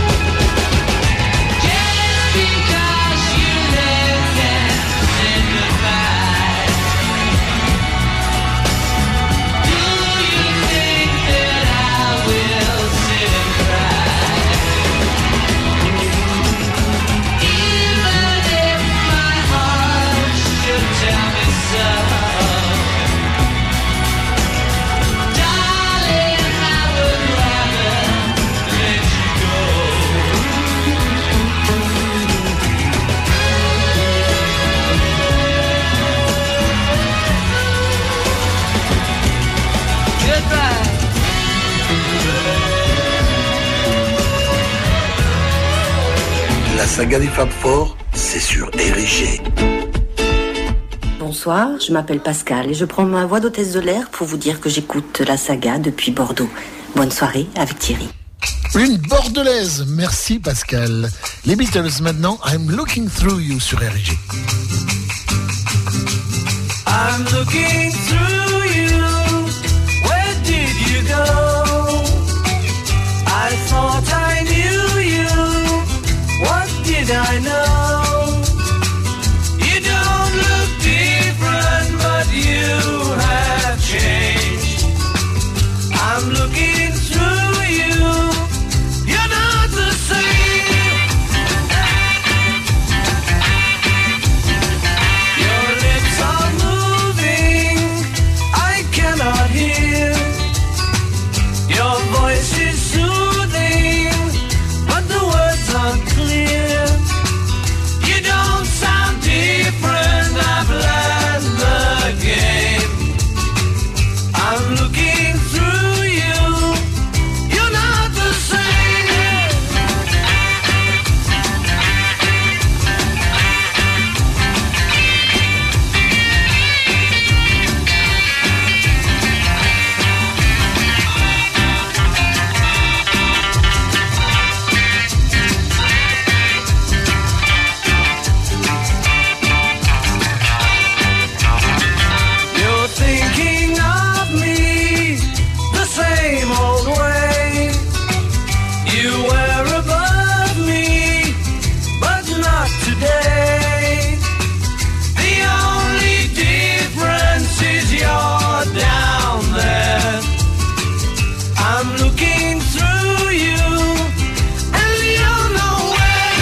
La saga des Fab Four, c'est sur R I G. Bonsoir, je m'appelle Pascal et je prends ma voix d'hôtesse de l'air pour vous dire que j'écoute la saga depuis Bordeaux. Bonne soirée avec Thierry. Une bordelaise, merci Pascal. Les Beatles maintenant, I'm Looking Through You sur R I G. I'm looking through you, where did you go? I thought I knew you, what did I know? You don't look different, but you have changed. I'm looking through you, you're not the same. Your lips are moving, I cannot hear. Your voice is soothing, but the words aren't clear. You don't sound different, I've learned the game. I'm looking through you, you're not the same. You're thinking of me the same old way. You were above me, but not today. The only difference is you're down there. I'm looking through you, and you're nowhere.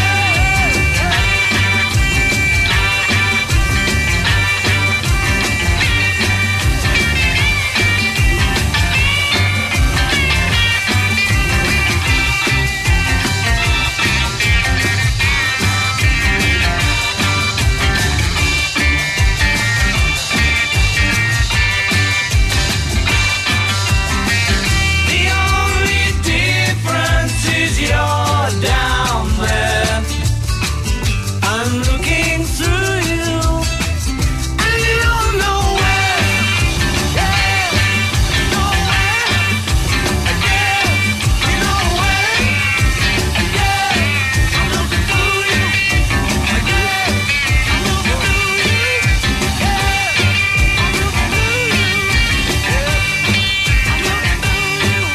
The only difference is you're down there. I'm looking through you, and you're nowhere. Yeah, nowhere. Yeah, you're nowhere. Yeah, I'm looking through you. Yeah, I'm looking through you. Yeah, I'm looking through you. Yeah, I'm looking through you.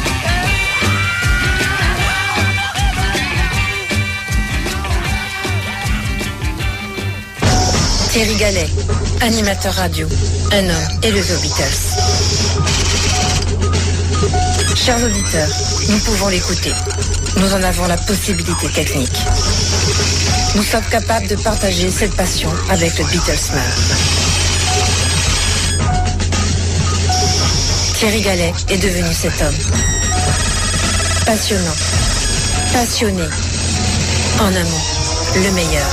Thierry Gallet, animateur radio, un homme élevé aux Beatles. Chers auditeurs, nous pouvons l'écouter. Nous en avons la possibilité technique. Nous sommes capables de partager cette passion avec le Beatlesman. Thierry Gallet est devenu cet homme. Passionnant, passionné, en un mot, le meilleur.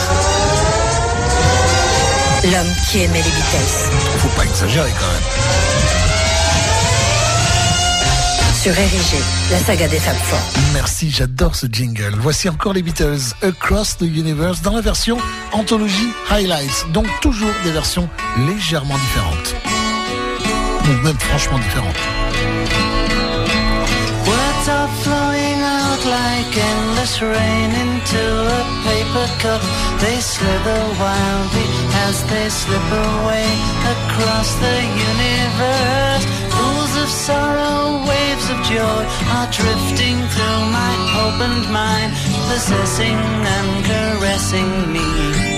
L'homme qui aimait les Beatles. Faut pas exagérer quand même. sur R I G, la saga des Fab Four. Merci, j'adore ce jingle. Voici encore les Beatles, Across the Universe, dans la version Anthology Highlights. Donc toujours des versions légèrement différentes. Ou même franchement différentes. Words are flowing out like endless rain into a paper cup. They slither wildly as they slip away across the universe. Pools of sorrow, waves of joy are drifting through my opened mind, possessing and caressing me.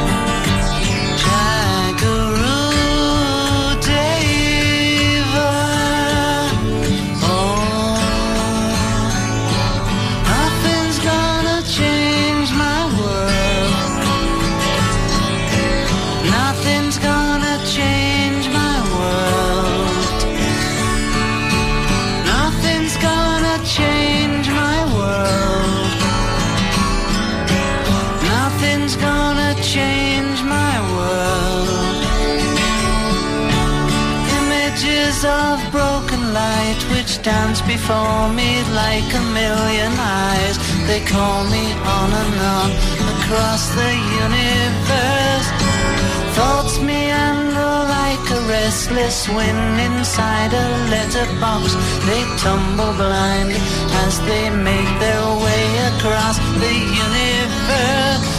Of broken light which dance before me like a million eyes. They call me on and on across the universe. Thoughts meander like a restless wind inside a letterbox. They tumble blindly as they make their way across the universe.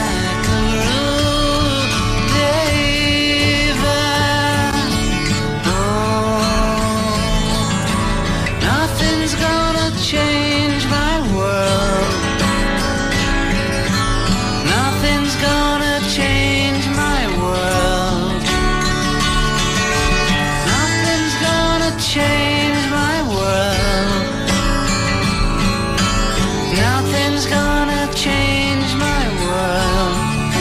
Change my world. Nothing's gonna change my world. Nothing's gonna change my world. Nothing's gonna change my world.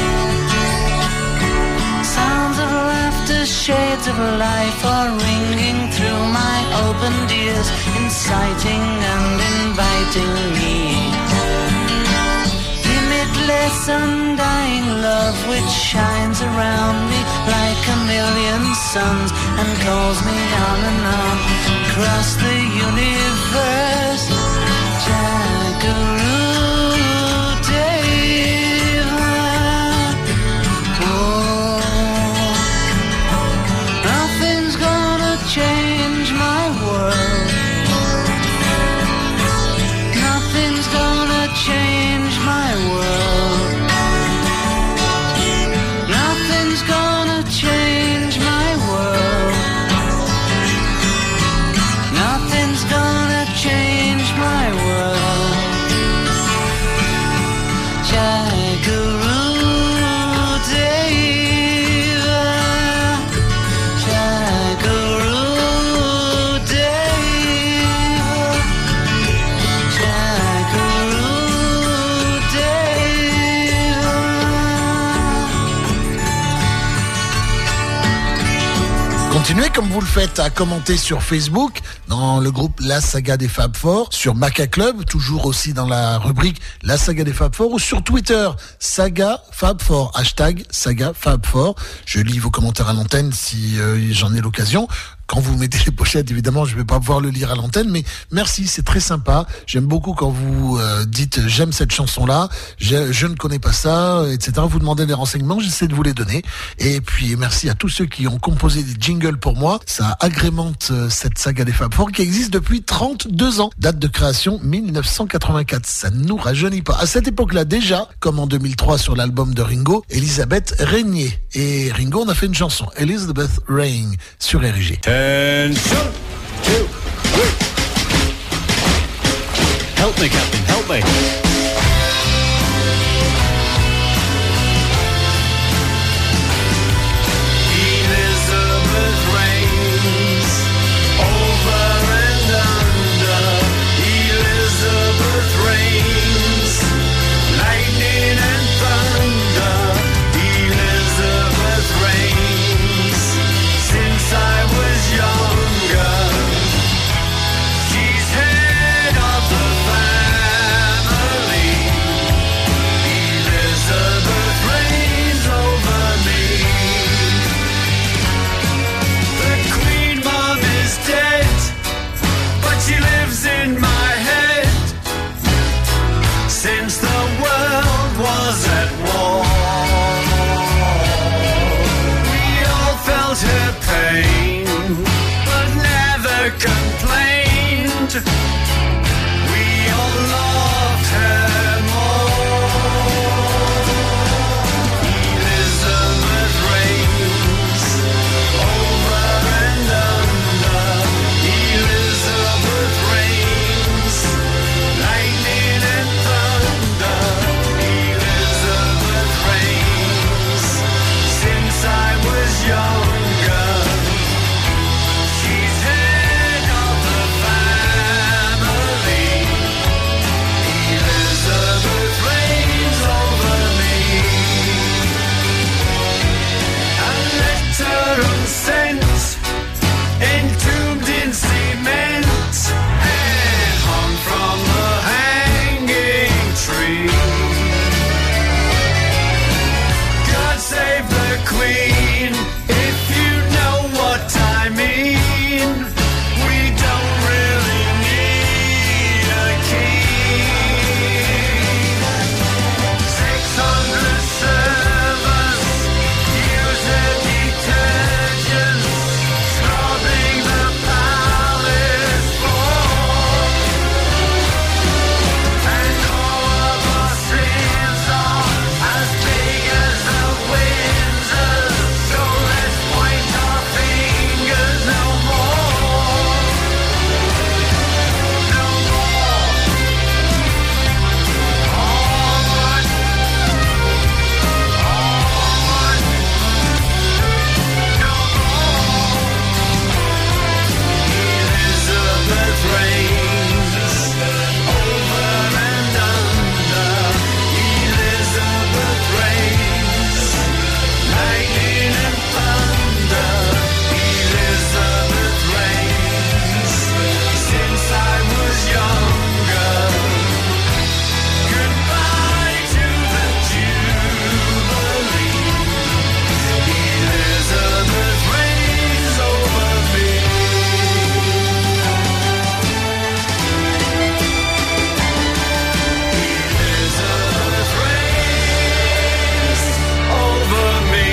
Sounds of laughter, shades of life are ringing through my opened ears, inciting and inviting me. Limitless undying love which shines around me like a million suns and calls me on and on across the universe. Jaguru Deva. Oh, nothing's gonna change my world. Nothing's gonna change my world. Nothing's gonna change my world. Nothing's gonna change my world. Jai Guru Deva. Jai Guru Deva. Jai Guru Deva. Continuez comme vous le faites à commenter sur Facebook, dans le groupe La Saga des Fab Four, sur Maca Club, toujours aussi dans la rubrique La Saga des Fab Four, ou sur Twitter, Saga Fab Four, hashtag Saga Fab Four. Je lis vos commentaires à l'antenne si euh, j'en ai l'occasion. Quand vous mettez les pochettes, évidemment, je ne vais pas pouvoir le lire à l'antenne, mais merci, c'est très sympa. J'aime beaucoup quand vous euh, dites « j'aime cette chanson-là, je, je ne connais pas ça », et cetera. Vous demandez des renseignements, j'essaie de vous les donner. Et puis, merci à tous ceux qui ont composé des jingles pour moi. Ça agrémente euh, cette saga des Fab Four qui existe depuis trente-deux ans. Date de création mille neuf cent quatre-vingt-quatre. Ça ne nous rajeunit pas. À cette époque-là, déjà, comme en deux mille trois sur l'album de Ringo, Elisabeth régnait. Et Ringo, on a fait une chanson, Elizabeth Reign, sur R I G. Attention! Two, three. Help me, Captain, help me. Elizabeth reigns over and under. Elizabeth reigns, lightning and thunder. Elizabeth reigns since I was younger. She's head of the family. we all loved her more. Elizabeth reigns over and under. Elizabeth reigns, lightning and thunder. Elizabeth reigns since I was younger. She's head of the family. Elizabeth reigns over me. A letter unsent, entombed in cement, and hung from the hanging tree. God save the Queen, if you know what I mean. We don't really need a king. Six hundred servants use their detergents, scrubbing the palace floor. And all of our sins are as big as the Windsors, so let's point our fingers no more. No more. All one. All one. No more. Elizabeth reigns over and under. Elizabeth reigns, lightning and thunder. Elizabeth reigns since I was younger. Goodbye to the Jubilee. Elizabeth reigns over me. Elizabeth reigns over me.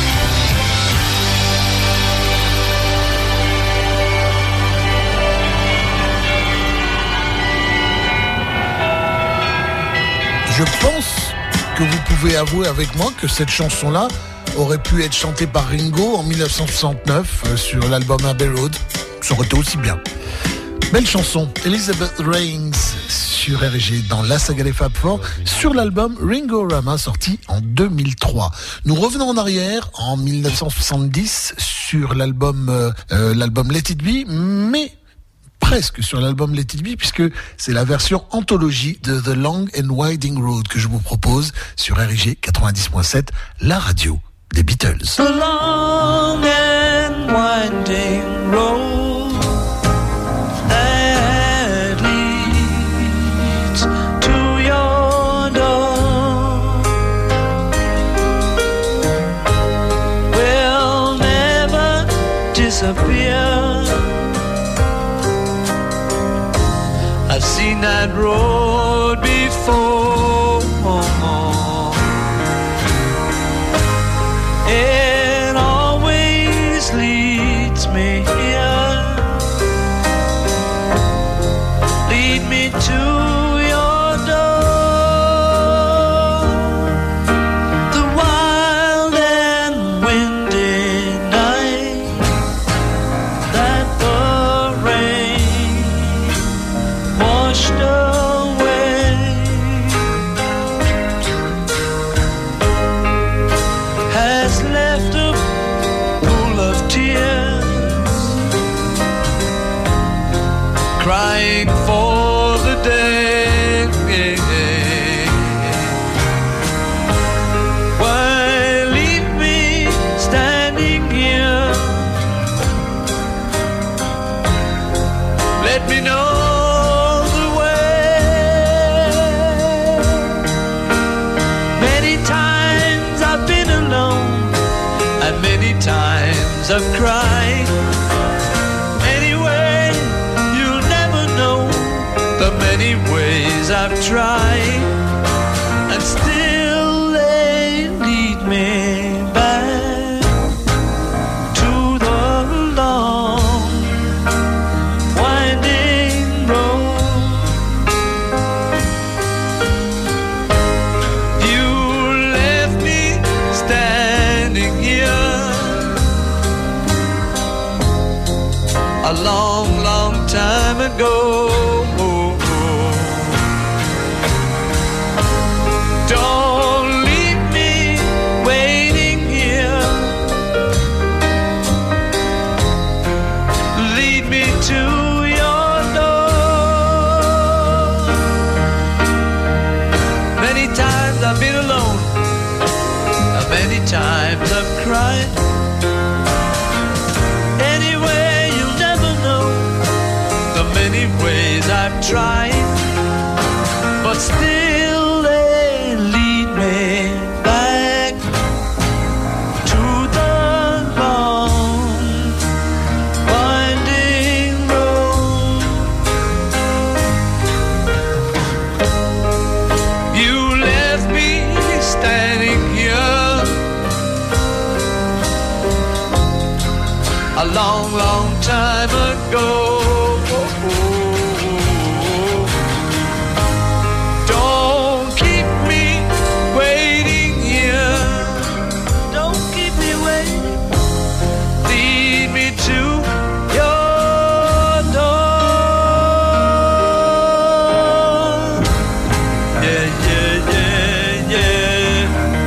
Je pense que vous pouvez avouer avec moi que cette chanson-là aurait pu être chantée par Ringo en dix-neuf cent soixante-neuf euh, sur l'album Abbey Road. Ça aurait été aussi bien. Belle chanson, Elizabeth Reigns sur R G dans la saga des Fab Four sur l'album Ringo-Rama sorti en deux mille trois. Nous revenons en arrière en dix-neuf cent soixante-dix sur l'album euh, euh, l'album Let It Be, mais presque sur l'album Let It Be puisque c'est la version anthologie de The Long and Winding Road que je vous propose sur R G quatre-vingt-dix point sept, la radio des Beatles. The long and winding road that leads to your door will never disappear. I've seen that road before. It always leads me here. Lead me to your door. The wild and windy night that the rain washed away has left a pool of tears, crying for the day why leave me standing here? Let me know the way. Many times I've been alone, and many times I've cried. Anyway, you'll never know the many ways I've tried, and still they lead me back to the long winding road. a long, long time ago. Don't leave me waiting here. Lead me to your door. Many times I've been alone. Many times I've cried. Anyway, you'll never know the many ways I've tried. But still they lead me back to the long winding road. You left me standing here a long, long time ago. Don't keep me waiting here. Don't keep me waiting. Lead me to your door. Yeah, yeah, yeah, yeah.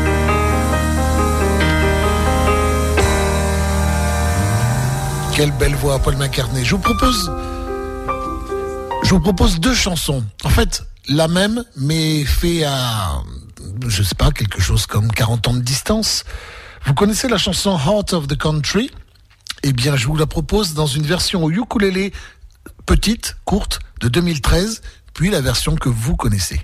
Quelle belle voix, Paul McCartney. Je vous propose, je vous propose deux chansons. En fait, la même, mais fait à, je sais pas, quelque chose comme quarante ans de distance. Vous connaissez la chanson Heart of the Country? Eh bien, je vous la propose dans une version au ukulélé petite, courte, de deux mille treize, puis la version que vous connaissez.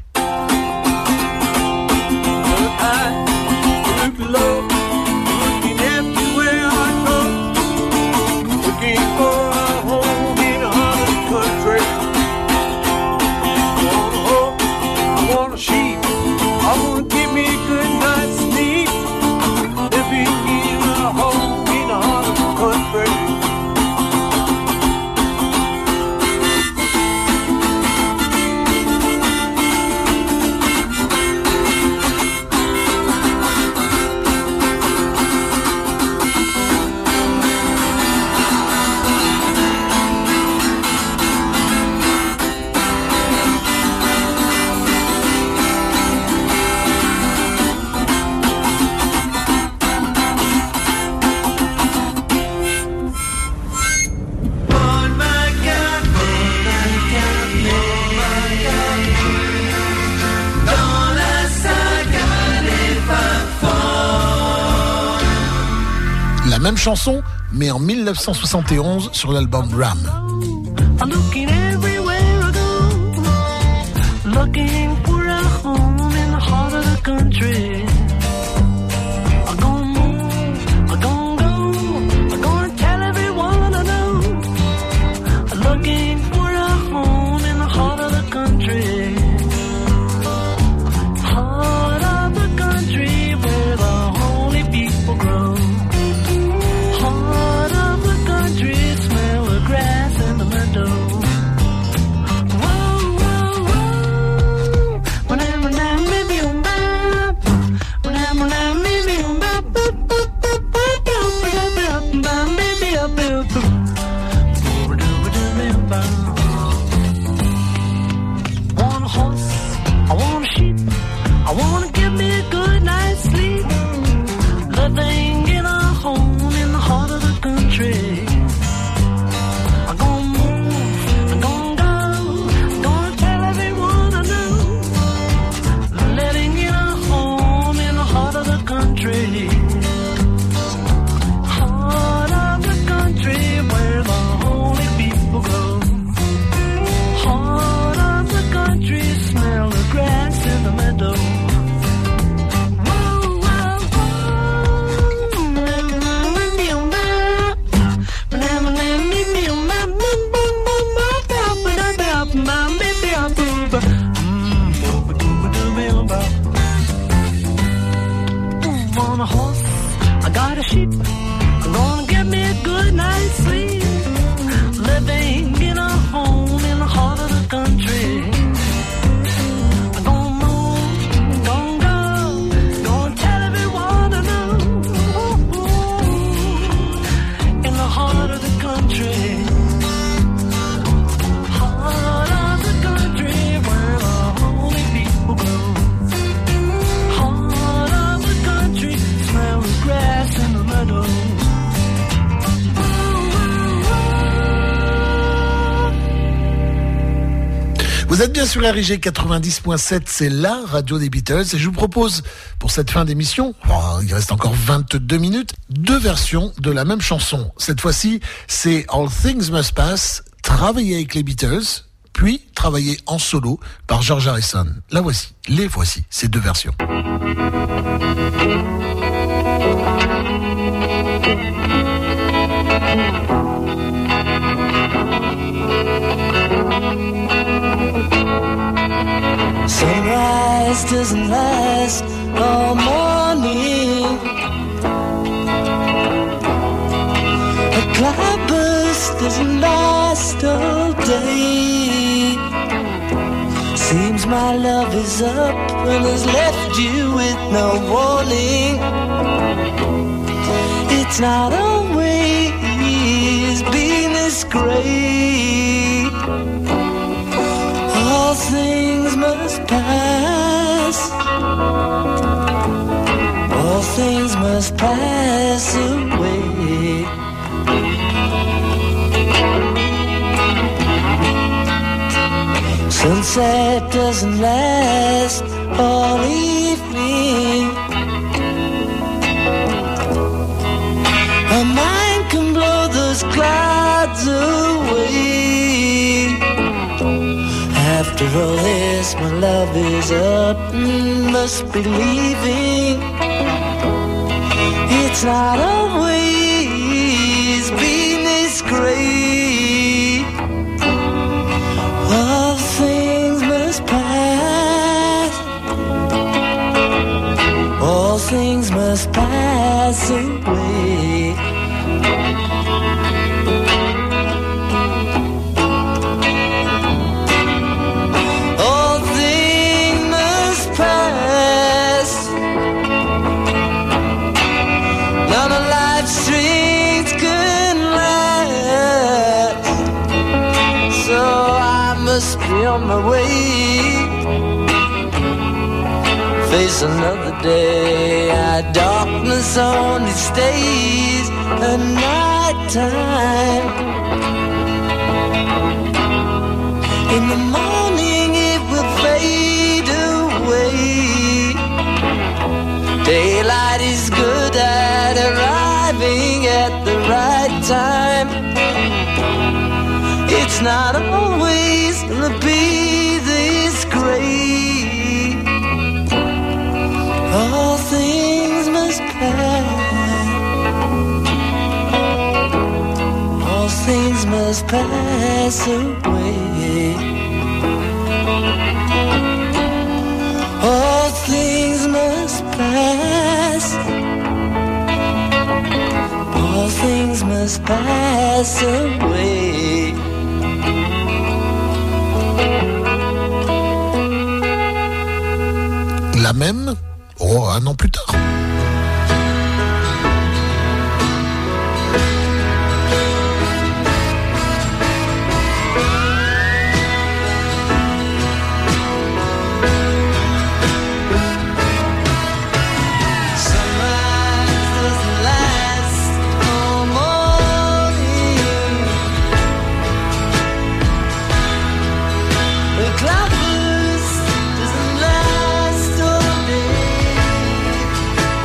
La même chanson, mais en mille neuf cent soixante et onze sur l'album Ram. I'm looking everywhere I go, looking for a home in the heart of the country. I'm gonna move, I'm gonna go, I'm gonna tell everyone I know. I'm looking for a home in the heart of the country. Heart of the country where the holy people grow. Heart of the country, smell the grass and the meadow. Whoa, whoa, whoa. Whenever now, maybe I'm back. Whenever now, maybe I'm back. Maybe I'll build. Want a horse, I want a sheep, I want to give me a good night's sleep. Living in a home in the heart of the country. I'm gonna move, I'm gonna go, I'm gonna tell everyone I know. Living in a home in the heart of the country. Heart of the country where the holy people go. Heart of the country, smell the grass in the meadow. On a horse, I got a sheep. I'm gonna get me a good night's sleep. Living in a home in the heart of the country. I'm gonna move, gonna go, gonna tell everyone I know. In the heart of the country. Vous êtes bien sur R I G quatre-vingt-dix point sept, c'est la radio des Beatles. Et je vous propose, pour cette fin d'émission, oh, il reste encore vingt-deux minutes, deux versions de la même chanson. Cette fois-ci, c'est All Things Must Pass, travaillé avec les Beatles, puis travaillé en solo par George Harrison. La voici, les voici, ces deux versions. Sunrise doesn't last all morning. A cloudburst doesn't last all day. Seems my love is up and has left you with no warning. It's not always been this great. All things must pass. All things must pass away. Sunset doesn't last all evening. A mind can blow those clouds away. After all this, my love is up and must be leaving. It's not always been this great. All things must pass. All things must pass away. All things must pass. None of life's strings can last. So I must be on my way. Face another day. Our darkness only stays at night time. In the morning it will fade away. Daylight is good at arriving at the right time. It's not always gonna be this great. All things must pass. All things must pass away. All things must pass. All things must pass away. La même, oh, un an plus tard. Cloudburst doesn't last all day.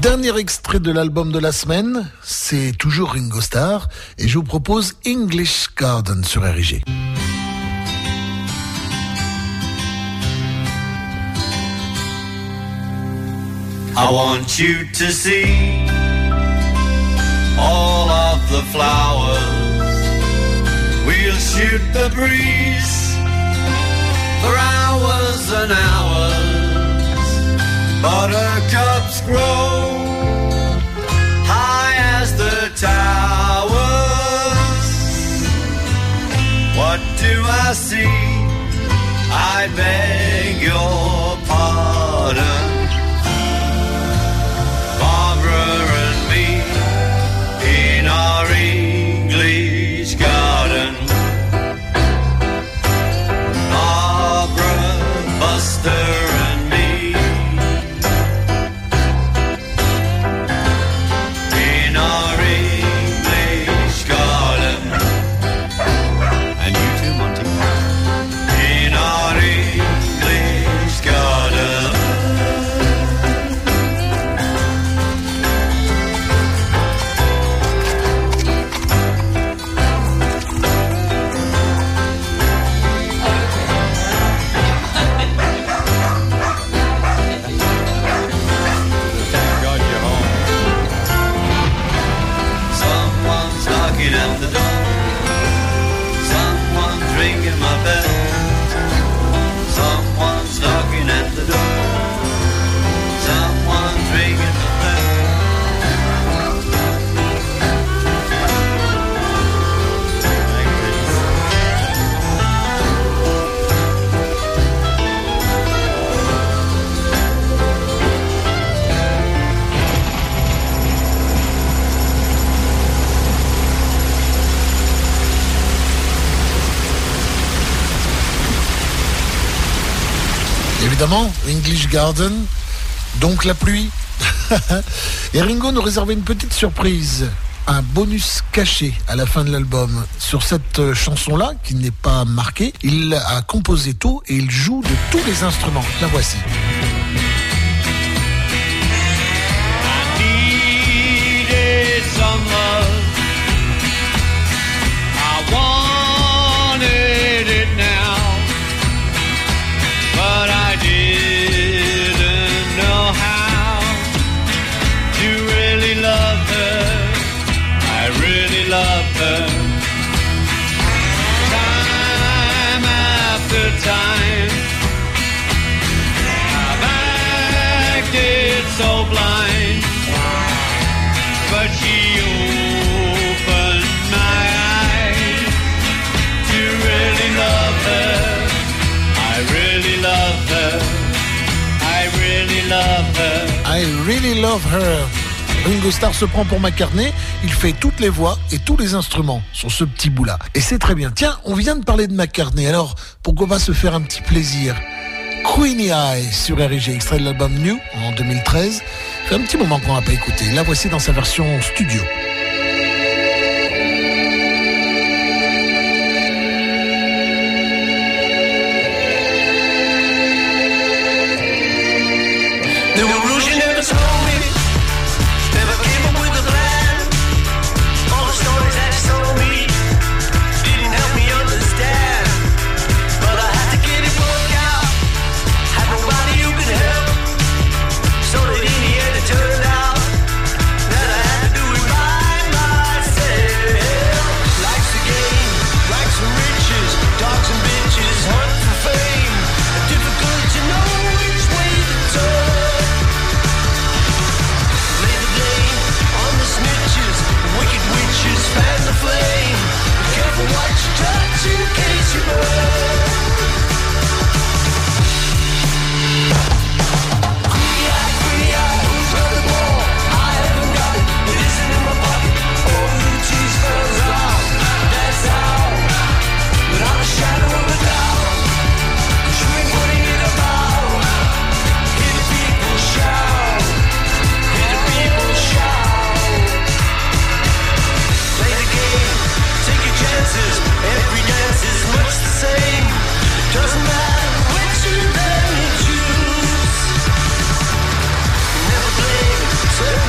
Dernier extrait de l'album de la semaine, c'est toujours Ringo Starr, et je vous propose English Garden sur R I G. I want you to see all of the flowers. We'll shoot the breeze for hours and hours. Buttercups grow high as the towers. What do I see? I beg your pardon. Our English garden, Barbara, Buster and me, in our English garden, and you too, Monty, in our English garden. At the door, someone's ringing my bell. Someone's knocking at the door. Someone's ringing my bell. Évidemment, English Garden, donc la pluie. Et Ringo nous réservait une petite surprise, un bonus caché à la fin de l'album. Sur cette chanson-là, qui n'est pas marquée, il a composé tout et il joue de tous les instruments. La voici. I needed some love. I wanted it now. But I didn't know how to really love her. I really loved her. Time after time, I've acted so blind, but she opened my eyes to really love her. I really love her. I really love her. I really love her. Ringo Starr se prend pour McCartney, il fait toutes les voix et tous les instruments sur ce petit bout-là. Et c'est très bien. Tiens, on vient de parler de McCartney, alors pourquoi pas se faire un petit plaisir? Queenie Eye sur R I G, extrait de l'album New en deux mille treize. Fait un petit moment qu'on n'a pas écouté. La voici dans sa version studio. There were rules you never told me, never came up with a plan. All the stories that you told me didn't help me understand. But I had to get it worked out, had nobody who could help. So that in the end it turned out that I had to do it by myself. Life's a game, life's for riches, dogs and bitches, hunt for fame. Difficult to know which way to turn. Wicked witches fan the flame. Be careful what you touch in case you burn. Queenie eye, queenie eye, who's got the ball? I haven't got it, it isn't in my pocket. All the cheese falls out, that's how. Without a shadow of a doubt, 'cause you ain't putting it about. Hear the people shout, hear the people shout. Play the game, take your chances. Every dance is much the same. It doesn't matter which you then choose. Never blame, certain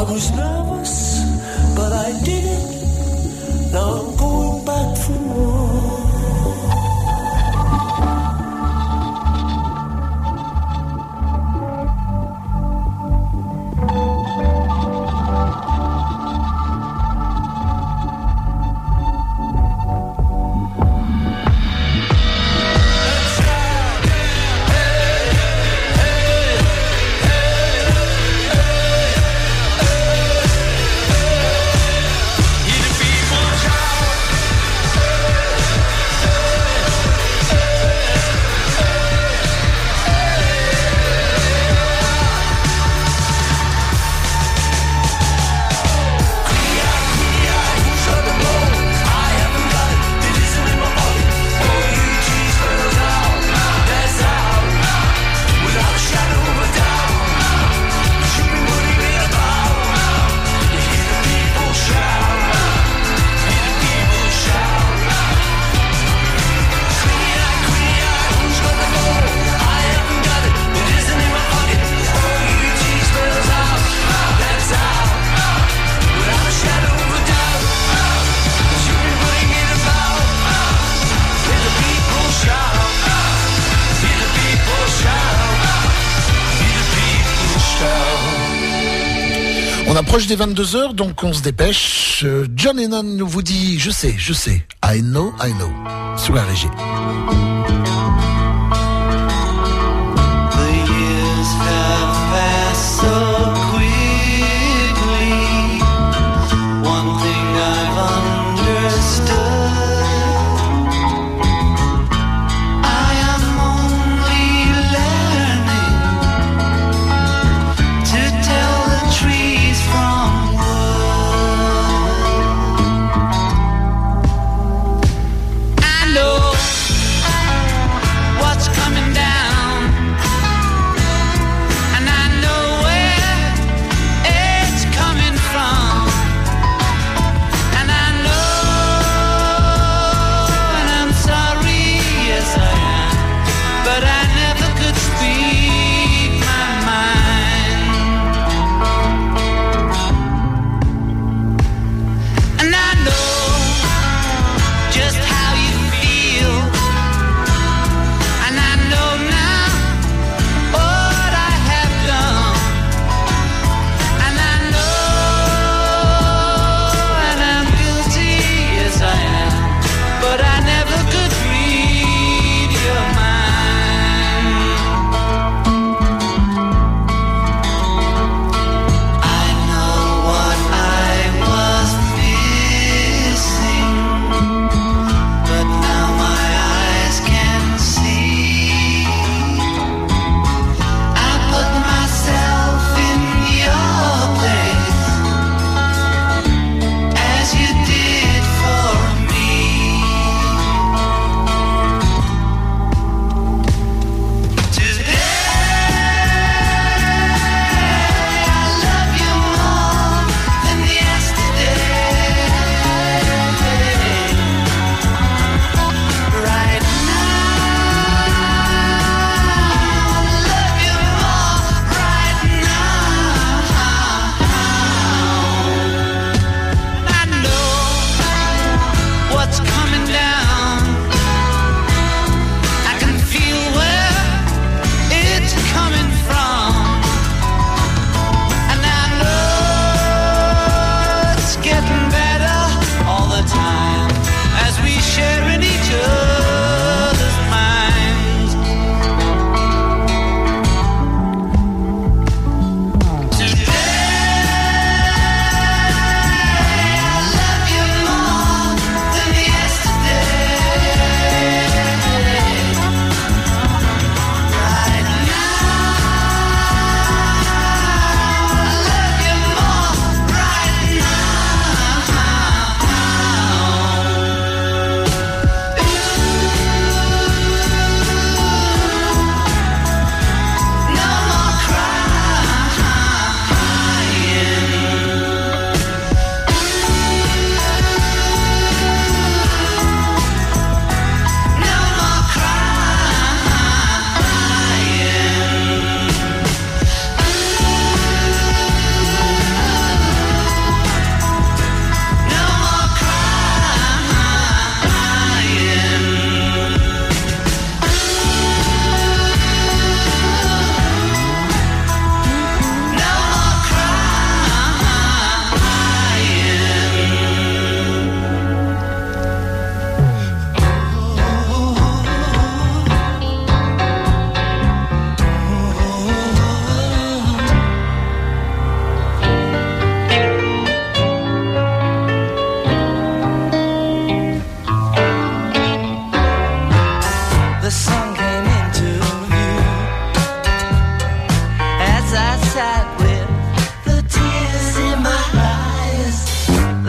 was nervous, but I did it. Now I'm going back for more. On approche des vingt-deux heures, donc on se dépêche. Euh, John Lennon nous vous dit, je sais, je sais, I know, I know, sous la régie. The years have passed so quickly. One thing I've understood, I am only learning to tell the trees from wood. I know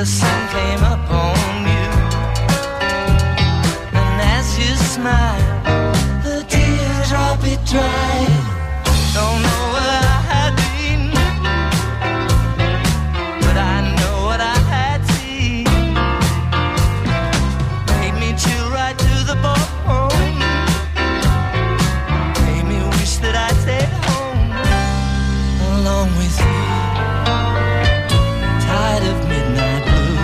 the sun came up on you, and as you smile, the teardrop it dried. Don't know where I had been, but I know what I had seen. Made me chill right to the bone, made me wish that I'd stayed home along with you. Tired of midnight blue.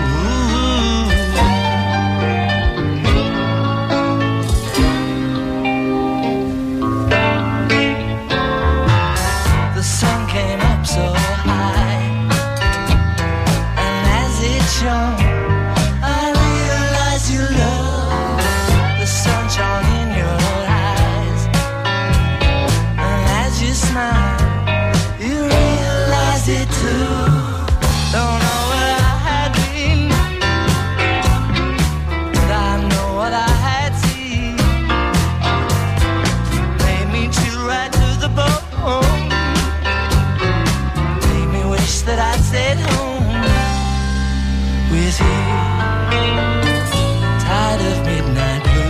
The sun came up so high, and as it shone, I realized you love the sunshine in your eyes, and as you smile, you realize it too. Don't know where I had been, but I know what I had seen. Made me chill right to the bone, made me wish that I'd stayed home with you. Tired of midnight blue.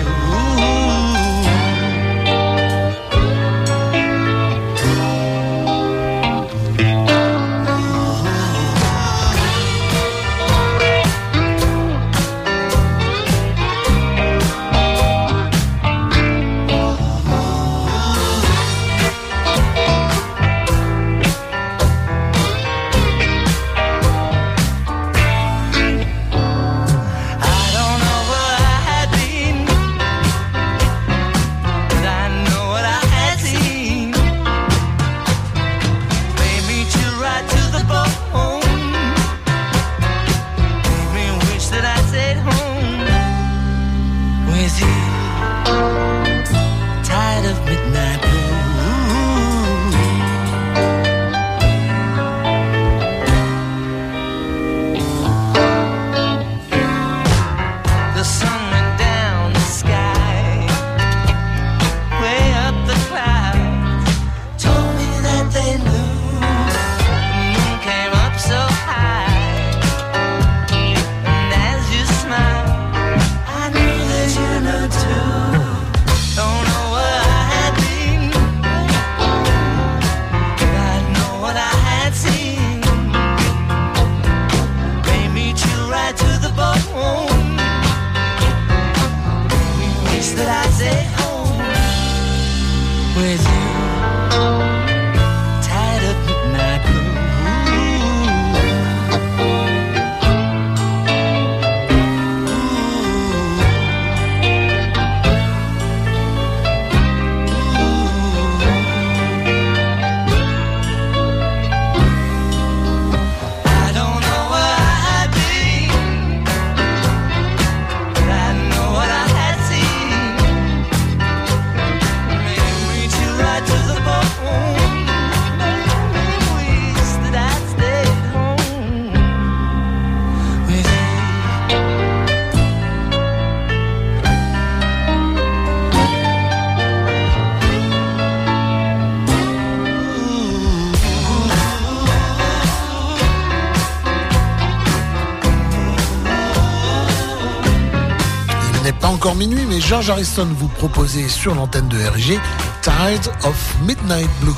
Encore minuit, mais George Harrison vous proposait sur l'antenne de R G Tired of Midnight Blue.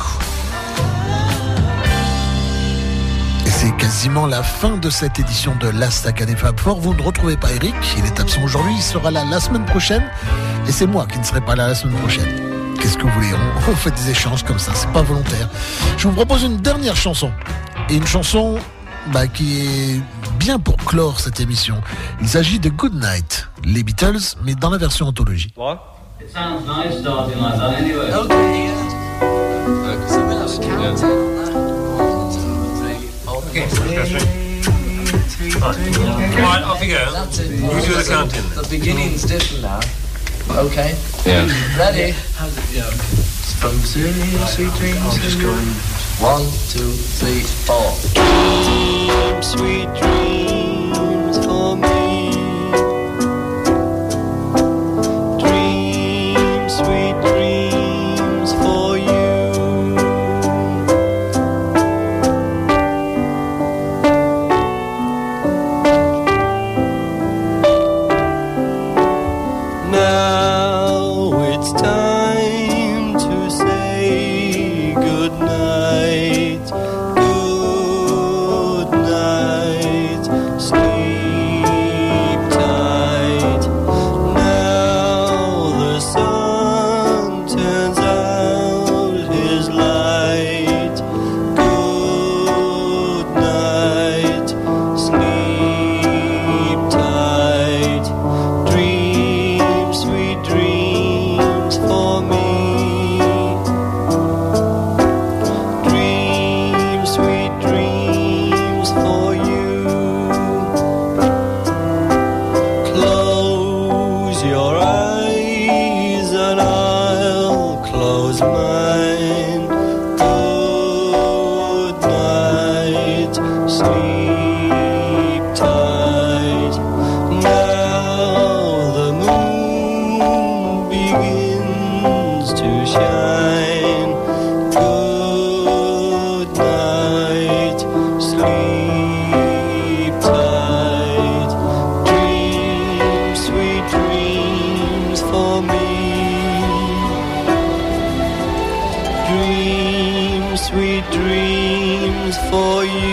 Et c'est quasiment la fin de cette édition de la Saga des Fab Four. Vous ne retrouvez pas Eric, il est absent aujourd'hui, il sera là la semaine prochaine. Et c'est moi qui ne serai pas là la semaine prochaine. Qu'est-ce que vous voulez, on, on fait des échanges comme ça, c'est pas volontaire. Je vous propose une dernière chanson. Et une chanson bah, qui est bien pour clore cette émission. Il s'agit de Good Night, les Beatles, mais dans la version anthologie. What? It sounds nice starting like that anyway. Okay. Right, off you go. That's it. You do the counting. The beginning's different now. Okay. Yeah. Ready? How's it? Yeah. From zero, sweet dreams. I'm just going. One, two, three, four. Dream, sweet dreams for me. Dream, sweet dreams for you.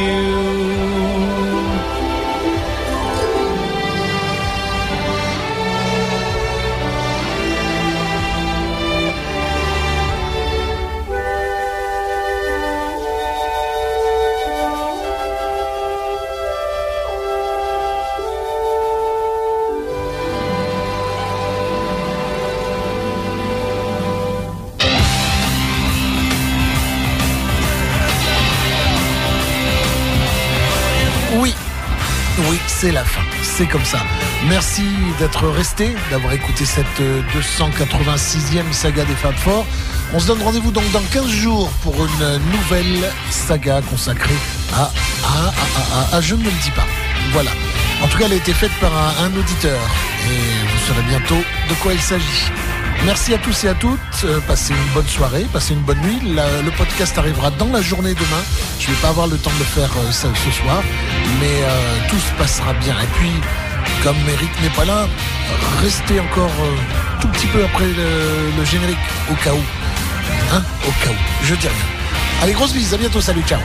C'est la fin, c'est comme ça. Merci d'être resté, d'avoir écouté cette deux cent quatre-vingt-sixième saga des Fab Four. On se donne rendez-vous donc dans quinze jours pour une nouvelle saga consacrée à... à, à, à, à je ne le dis pas. Voilà. En tout cas, elle a été faite par un, un auditeur. Et vous saurez bientôt de quoi il s'agit. Merci à tous et à toutes. Euh, passez une bonne soirée, passez une bonne nuit. La, le podcast arrivera dans la journée demain. Je ne vais pas avoir le temps de le faire euh, ça, ce soir. Mais euh, tout se passera bien. Et puis, comme Eric n'est pas là, restez encore euh, tout petit peu après le, le générique, au cas où. Hein? Au cas où. Je dis rien. Allez, grosse bise. À bientôt. Salut. Ciao.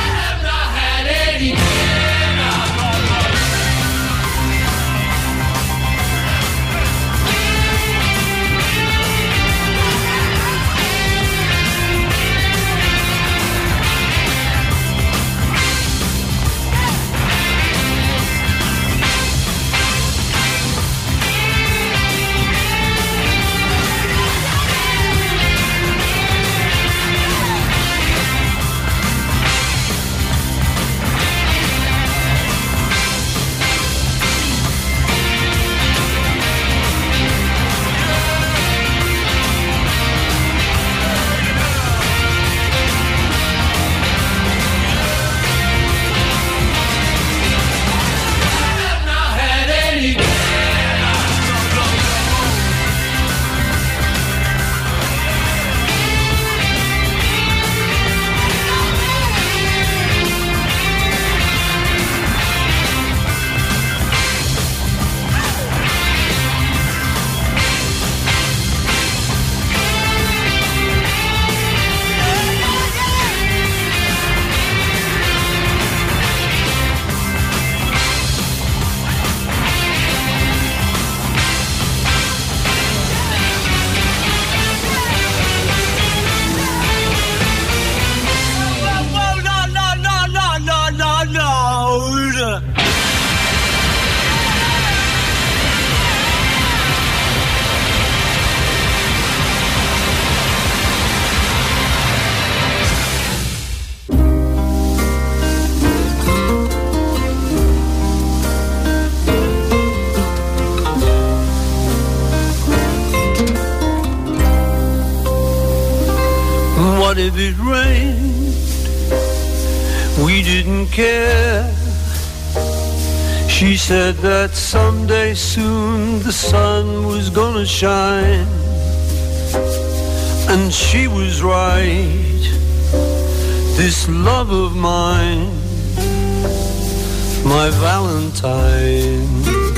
What if it rained? We didn't care. She said that someday soon the sun was gonna shine. And she was right. This love of mine, my Valentine.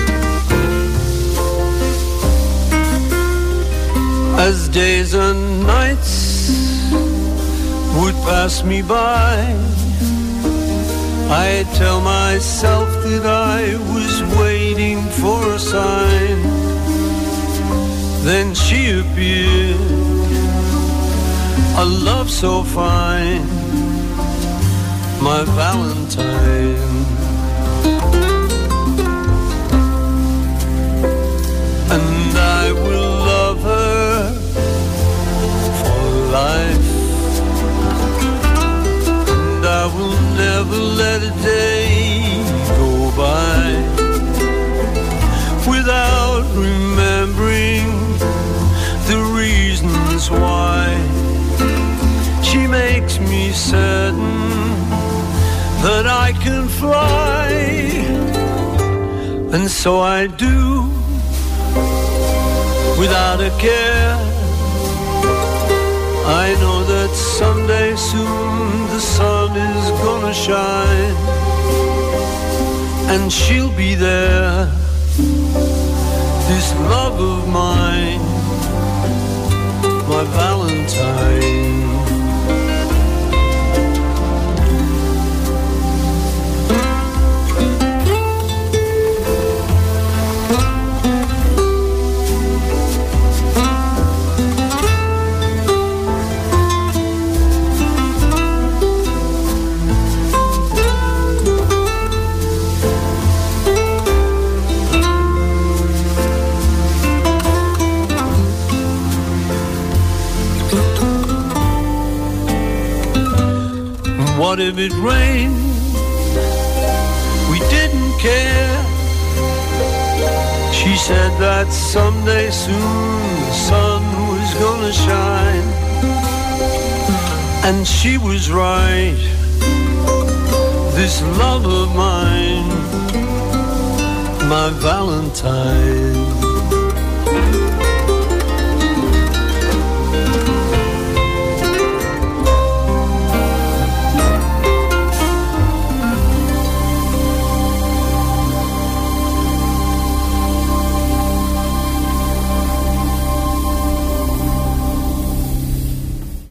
As days and nights would pass me by, I tell myself that I was waiting for a sign. Then she appeared, a love so fine, my Valentine. And I will love her for life. I will never let a day go by without remembering the reasons why. She makes me certain that I can fly, and so I do without a care. I know that someday soon the sun is gonna shine, and she'll be there, this love of mine, my Valentine. time it rained, we didn't care. She said that someday soon the sun was gonna shine, and she was right. This love of mine, my Valentine.